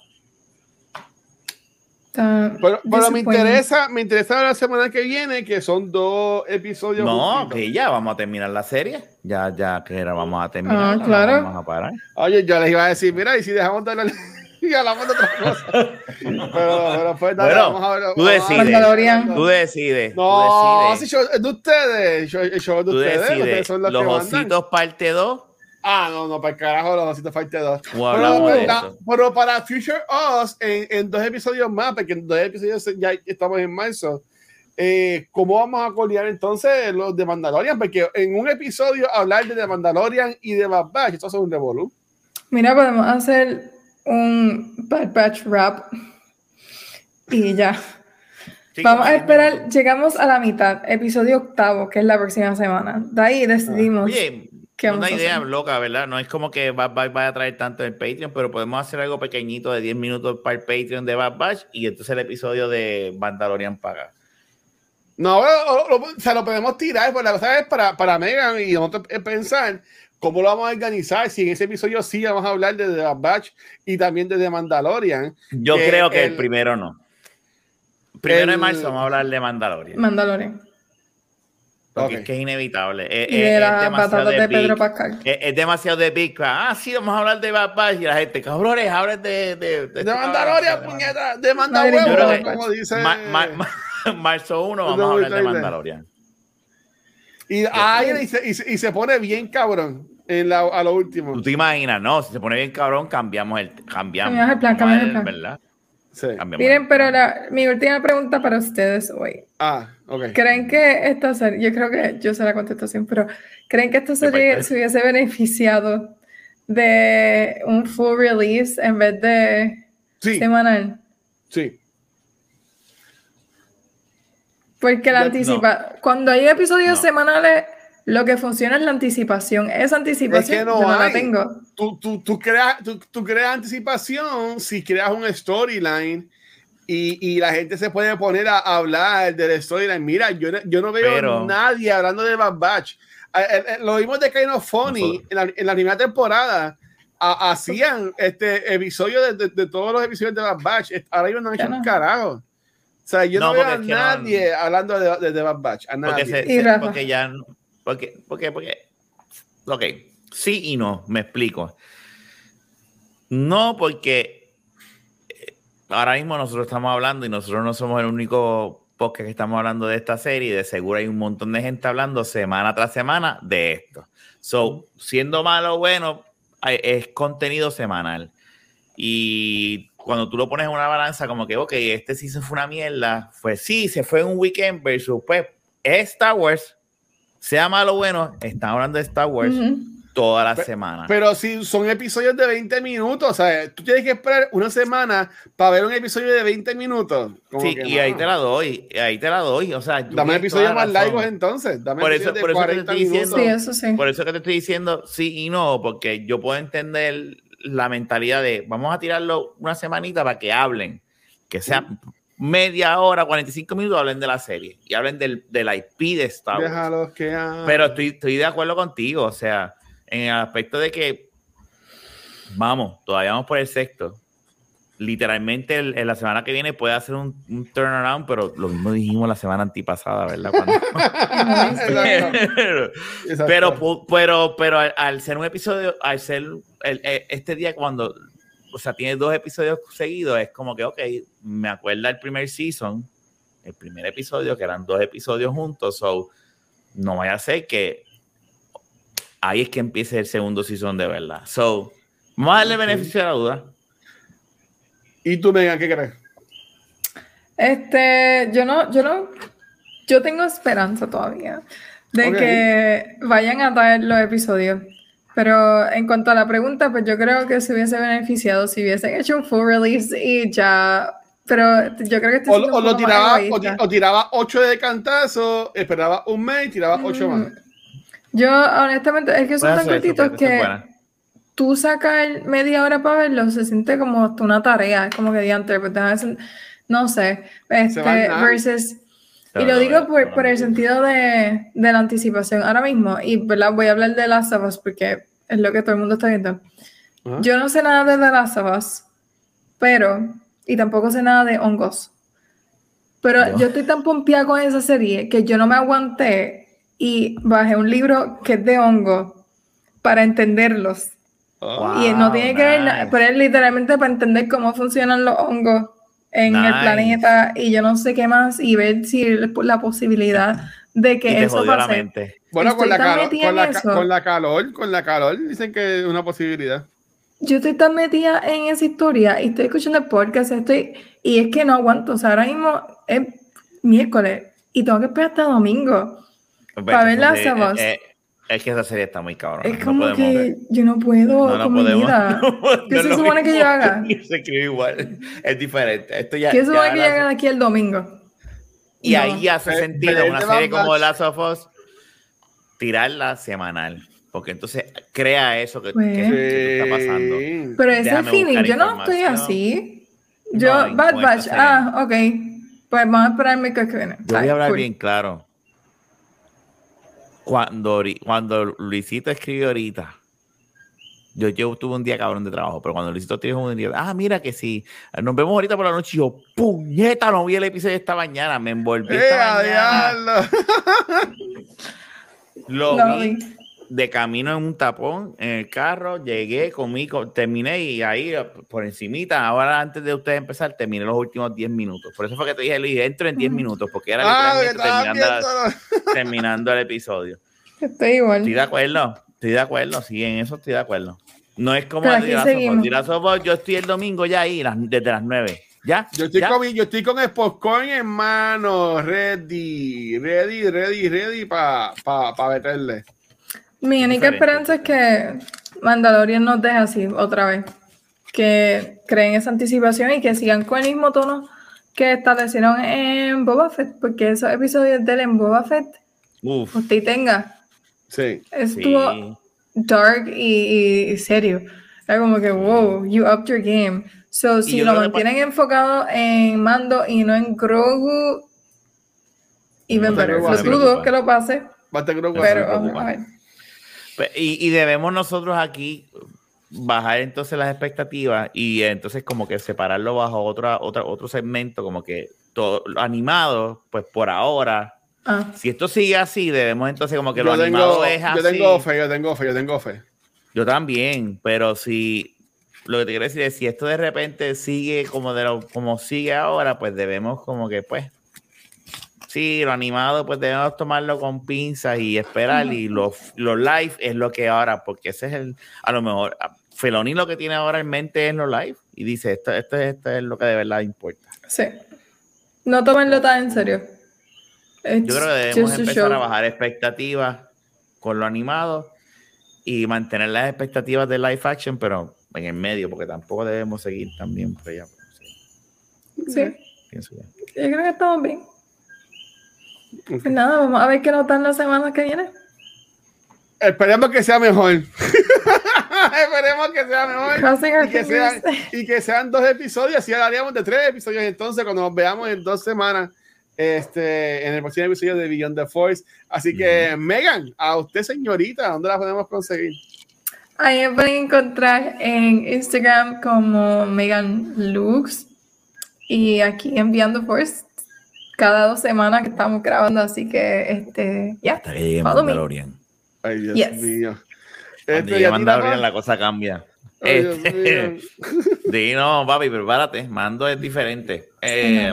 Uh, pero pero me interesa, me interesa la semana que viene, que son dos episodios. No, juntitos. Que ya vamos a terminar la serie. Ya, ya que era, vamos a terminar. Ah, claro. Vamos a parar. Oye, yo les iba a decir, mira, y si dejamos de hablar y hablamos de otras cosas. pero, pero pues dale, bueno, vamos a ver. Tú decides. Tú decides. No, tú decides. si yo, es de ustedes. Yo, yo de tú ustedes. Decides. Ustedes son los, los que ositos parte dos. Ah, no, no, para el carajo, los ositos parte dos. Wow, pero, pero, la, pero para Future Us, en, en dos episodios más, porque en dos episodios ya estamos en marzo, eh, ¿cómo vamos a coordinar entonces los de Mandalorian? Porque en un episodio hablar de The Mandalorian y de Bad Batch, esto es un revolú. Mira, podemos hacer un Bad Batch rap y ya. Sí, vamos a esperar, mismo. Llegamos a la mitad, episodio octavo, que es la próxima semana. De ahí decidimos. Oye, una idea loca, ¿verdad? No es como que Bad Batch vaya a traer tanto en el Patreon, pero podemos hacer algo pequeñito de diez minutos para el Patreon de Bad Batch y entonces el episodio de Mandalorian paga. No, lo, lo, o sea, lo podemos tirar, pues la cosa es para, para Megan y nosotros pensar cómo lo vamos a organizar, si en ese episodio sí vamos a hablar de The Bad Batch y también de The Mandalorian. Yo que creo que el, el primero no. Primero el, de marzo vamos a hablar de Mandalorian. Mandalorian. Porque okay. es que es inevitable. Es, y de es, las es patatas de, de big, Pedro Pascal. Es, es demasiado de big. Ah, sí, vamos a hablar de Bad Batch y la gente, cabrones, hablen de... De, de, de Mandalorian, puñeta, de Mandalorian, como dice... Ma, ma, ma, marzo uno vamos a hablar de Mandalorian. Y, ay, y, se, y, se, y se pone bien cabrón en la, a lo último. Tú te imaginas, no, si se pone bien cabrón, cambiamos el, cambiamos, cambiamos el plan, cambiamos el plan. ¿Verdad? Sí. Miren, pero la, mi última pregunta para ustedes hoy. Ah, ok. ¿Creen que esta serie, yo creo que yo sé la contestación, pero ¿creen que esta serie se hubiese beneficiado de un full release en vez de sí. semanal? Sí. Porque la anticipa, no. Cuando hay episodios no. semanales, lo que funciona es la anticipación. Esa anticipación es que no yo no la tengo. Tú, tú, tú, creas, tú, tú creas anticipación si creas un storyline y, y la gente se puede poner a hablar del storyline. Mira, yo, yo no veo Pero, a nadie hablando de Bad Batch. Eh, eh, lo vimos de Kind of Funny en la, en la primera temporada. A, hacían este episodio de, de, de todos los episodios de Bad Batch. Ahora ellos no han hecho un carajo. O sea, yo no, no veo a nadie no, hablando de, de, de Bad Batch. A nadie. Porque, se, se, porque ya... Porque, porque, porque... Ok. Sí y no. Me explico. No porque... Ahora mismo nosotros estamos hablando y nosotros no somos el único podcast que estamos hablando de esta serie. De seguro hay un montón de gente hablando semana tras semana de esto. So, siendo malo o bueno, es contenido semanal. Y cuando tú lo pones en una balanza como que, ok, este sí se fue una mierda. Pues sí, se fue en un weekend versus, pues, es Star Wars. Sea malo o bueno, están hablando de Star Wars uh-huh. toda la pero, semana. Pero si son episodios de veinte minutos, o sea, tú tienes que esperar una semana para ver un episodio de veinte minutos. Como sí, y no. ahí te la doy, ahí te la doy. O sea, dame episodios más largos entonces. Dame por eso, de por eso cuarenta te estoy minutos. diciendo, sí, eso sí. Por eso que te estoy diciendo sí y no, porque yo puedo entender la mentalidad de vamos a tirarlo una semanita para que hablen, que sea media hora, cuarenta y cinco minutos, hablen de la serie y hablen del, del I P de Star Wars. Déjalos que hablen. Pero estoy, estoy de acuerdo contigo, o sea, en el aspecto de que vamos, todavía vamos por el sexto. Literalmente el, en la semana que viene puede hacer un, un turnaround, pero lo mismo dijimos la semana antipasada, ¿verdad? Cuando... pero, pero, pero, pero al, al ser un episodio, al ser el, el, este día cuando, o sea, tiene dos episodios seguidos, es como que, ok, me acuerda el primer season, el primer episodio, que eran dos episodios juntos, so no vaya a ser que ahí es que empiece el segundo season de verdad. So, vamos a darle okay. beneficio a la duda. ¿Y tú, Megan, qué crees? Este, yo no, yo no, yo tengo esperanza todavía de okay. que vayan a traer los episodios. Pero en cuanto a la pregunta, pues yo creo que se hubiese beneficiado si hubiesen hecho un full release y ya. Pero yo creo que esto o, o lo tiraba, o, o tiraba ocho de cantazo, esperaba un mes y tiraba ocho mm. más. Yo, honestamente, es que son tan cortitos que tú sacas media hora para verlo, se siente como hasta una tarea, es como que diantre, pues no sé, este, versus, y lo digo por, por el sentido de, de la anticipación ahora mismo, y ¿verdad? Voy a hablar de Last of Us porque es lo que todo el mundo está viendo. Uh-huh. Yo no sé nada de The Last of Us, pero, y tampoco sé nada de hongos, pero yo, yo estoy tan pompeada con esa serie que yo no me aguanté y bajé un libro que es de hongos para entenderlos. Wow, y no tiene nice. que ver, pero es literalmente para entender cómo funcionan los hongos en nice. el planeta y yo no sé qué más y ver si la posibilidad de que eso pase. Bueno, con la, calor, con, la, con la calor, con la calor dicen que es una posibilidad. Yo estoy tan metida en esa historia y estoy escuchando el podcast estoy, y es que no aguanto, o sea, ahora mismo es miércoles y tengo que esperar hasta domingo pues para ver las Last of Us. Es que esa serie está muy cabrón. Es como no que ver. yo no puedo no, no con podemos. mi vida. ¿Qué no se supone que yo haga? Se escribe igual. Es diferente. Esto ya, ¿Qué se supone que yo haga de aquí el domingo? Y no. ahí hace pero, sentido pero una serie como The Last of Us tirarla semanal. Porque entonces crea eso que, pues, que, que está pasando. Pero ese Déjame feeling, yo no estoy así. Yo, no, Bad Batch, ah, ok. Pues vamos a esperarme que viene. Yo voy a hablar cool. bien claro. Cuando, cuando Luisito escribió ahorita, yo, yo tuve un día cabrón de trabajo, pero cuando Luisito tiene un día, ah, mira que sí, nos vemos ahorita por la noche, y yo, puñeta, no vi el episodio esta mañana, me envolví esta ¡Eh, mañana. Lo no, vi de camino en un tapón, en el carro, llegué, comí, terminé y ahí por encimita, ahora antes de ustedes empezar, terminé los últimos diez minutos. Por eso fue que te dije, Luis, entro en diez minutos, porque era ah, literalmente terminando, terminando el episodio. Estoy igual. Estoy de acuerdo, estoy de acuerdo, sí, en eso estoy de acuerdo. No es como el Dirasofos. Yo estoy el domingo ya ahí, las, desde las nueve. Ya. Yo estoy, ya. Con, yo estoy con el popcorn en mano, ready, ready, ready, ready para pa, pa meterle. Mi única esperanza es que Mandalorian nos deje así otra vez. Que creen esa anticipación y que sigan con el mismo tono que establecieron en Boba Fett, porque esos episodios de él en Boba Fett, Uf. usted tenga, sí. estuvo sí. dark y, y serio. Era como que, wow, you upped your game. So, si lo mantienen pa- enfocado en Mando y no en Grogu, even no better. Lo dudo que lo pase, pero vamos a ver. Y, y debemos nosotros aquí bajar entonces las expectativas y entonces como que separarlo bajo otra, otra, otro segmento, como que todo animado, pues por ahora. Ah. Si esto sigue así, debemos entonces como que yo lo tengo, animado es así. Yo tengo fe, yo tengo fe, yo tengo fe. Yo también, pero si lo que te quiero decir es si esto de repente sigue como de lo, como sigue ahora, pues debemos como que pues sí, lo animado pues debemos tomarlo con pinzas y esperar. Uh-huh. Y lo, lo live es lo que ahora, porque ese es el, a lo mejor Filoni lo que tiene ahora en mente es lo live y dice esto, esto, esto es lo que de verdad importa. Sí, no tomenlo tan en serio. It's Yo creo que debemos empezar a bajar expectativas con lo animado y mantener las expectativas de live action, pero en el medio, porque tampoco debemos seguir también por allá. Sí, sí. Pienso yo. Yo creo que estamos bien. Pues nada, vamos a ver qué nos dan las semanas que vienen. Esperemos que sea mejor. Esperemos que sea mejor. Y que, sean, y que sean dos episodios. Y hablaríamos de tres episodios entonces cuando nos veamos en dos semanas este, en el próximo episodio de Beyond the Force. Así que, mm. Megan, a usted, señorita, ¿dónde la podemos conseguir? Ahí me pueden encontrar en Instagram como Megan Lux. Y aquí en Beyond the Force. Cada dos semanas que estamos grabando, así que este, ya. Hasta que llegue Mandalorian. Ay, Dios yes. mío. Cuando llegue Mandalorian la cosa cambia. Ay, este, sí, no, papi, prepárate. Mando es diferente. Eh,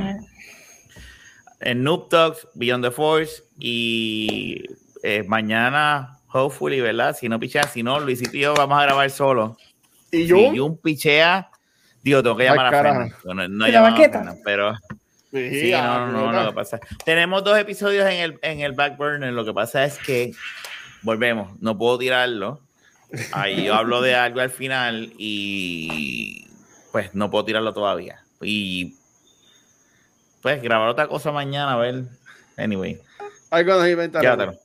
en Noob Talks, Beyond the Force y eh, mañana, hopefully, ¿verdad? Si no pichea, si no, Luisito y yo vamos a grabar solo. ¿Y yo? Si un pichea, digo, tengo que llamar Ay, a Fernan. No, no he llamado a Fernan, pero... Sí, no, no, no, lo que pasa. Tenemos dos episodios en el, en el back burner. Lo que pasa es que volvemos, no puedo tirarlo. Ahí yo hablo de algo al final y pues no puedo tirarlo todavía. Y pues grabar otra cosa mañana, a ver. Anyway. Algo nos inventaremos.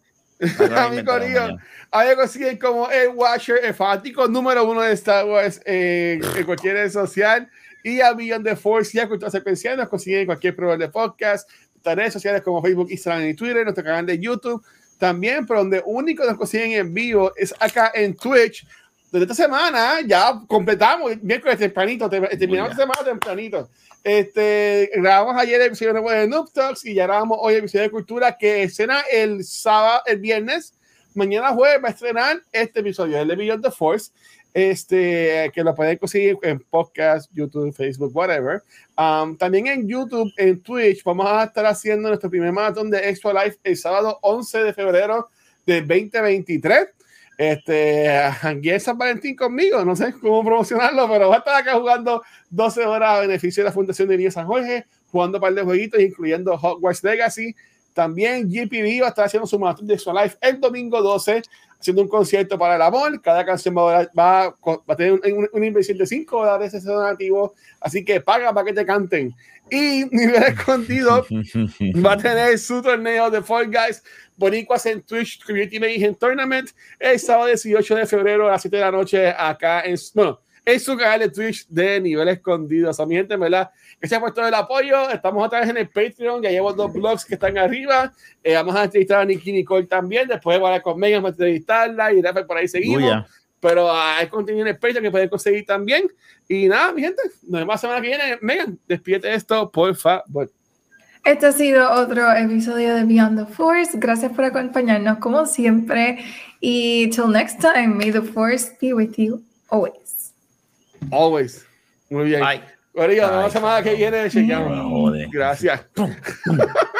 A mi corillo, ahí consiguen como el Watcher, el fanático número uno de Star Wars en, en cualquier red social. Y a Beyond the Force y a Cultura Secuencial nos consiguen en cualquier programa de podcast, nuestras redes sociales como Facebook, Instagram y Twitter, nuestro canal de YouTube también, pero donde único nos consiguen en vivo es acá en Twitch. Desde esta semana ya completamos, miércoles tempranito, terminamos esta semana tempranito. Este, grabamos ayer el episodio nuevo de Noob Talks y ya grabamos hoy el episodio de Cultura que escena el sábado, el viernes. Mañana jueves va a estrenar este episodio, el de Beyond the Force. Este, que lo pueden conseguir en podcast, YouTube, Facebook, whatever. Um, también en YouTube, en Twitch, vamos a estar haciendo nuestro primer maratón de Extra Life el sábado once de febrero de veinte veintitrés. Este, jangueé San Valentín conmigo, no sé cómo promocionarlo, pero va a estar acá jugando doce horas a beneficio de la Fundación de Niños San Jorge, jugando un par de jueguitos, incluyendo Hogwarts Legacy. También G P V va a estar haciendo su maratón de Extra Life el domingo doce, haciendo un concierto para el amor. Cada canción va, va, va a tener una un inversión de cinco dólares ese donativo, así que paga para que te canten. Y Nivel Escondido va a tener su torneo de Fall Guys Boricuas en Twitch Community Mayhem Tournament el sábado dieciocho de febrero a las siete de la noche acá en, bueno, en su canal de Twitch de Nivel Escondido. O sea, mi gente, ¿verdad? Gracias por todo el apoyo. Estamos otra vez en el Patreon. Ya llevo dos blogs que están arriba. Eh, vamos a entrevistar a Nicky Nicole también. Después voy a hablar con Megan para entrevistarla y por ahí seguimos. Uy, pero uh, hay contenido en el Patreon que pueden conseguir también. Y nada, mi gente, nos vemos la semana que viene. Megan, despídete esto, por favor. Este ha sido otro episodio de Beyond the Force. Gracias por acompañarnos como siempre. Y till next time, may the Force be with you always. Always. Muy bien. Bye. Bueno, la semana que viene chequeamos. Gracias.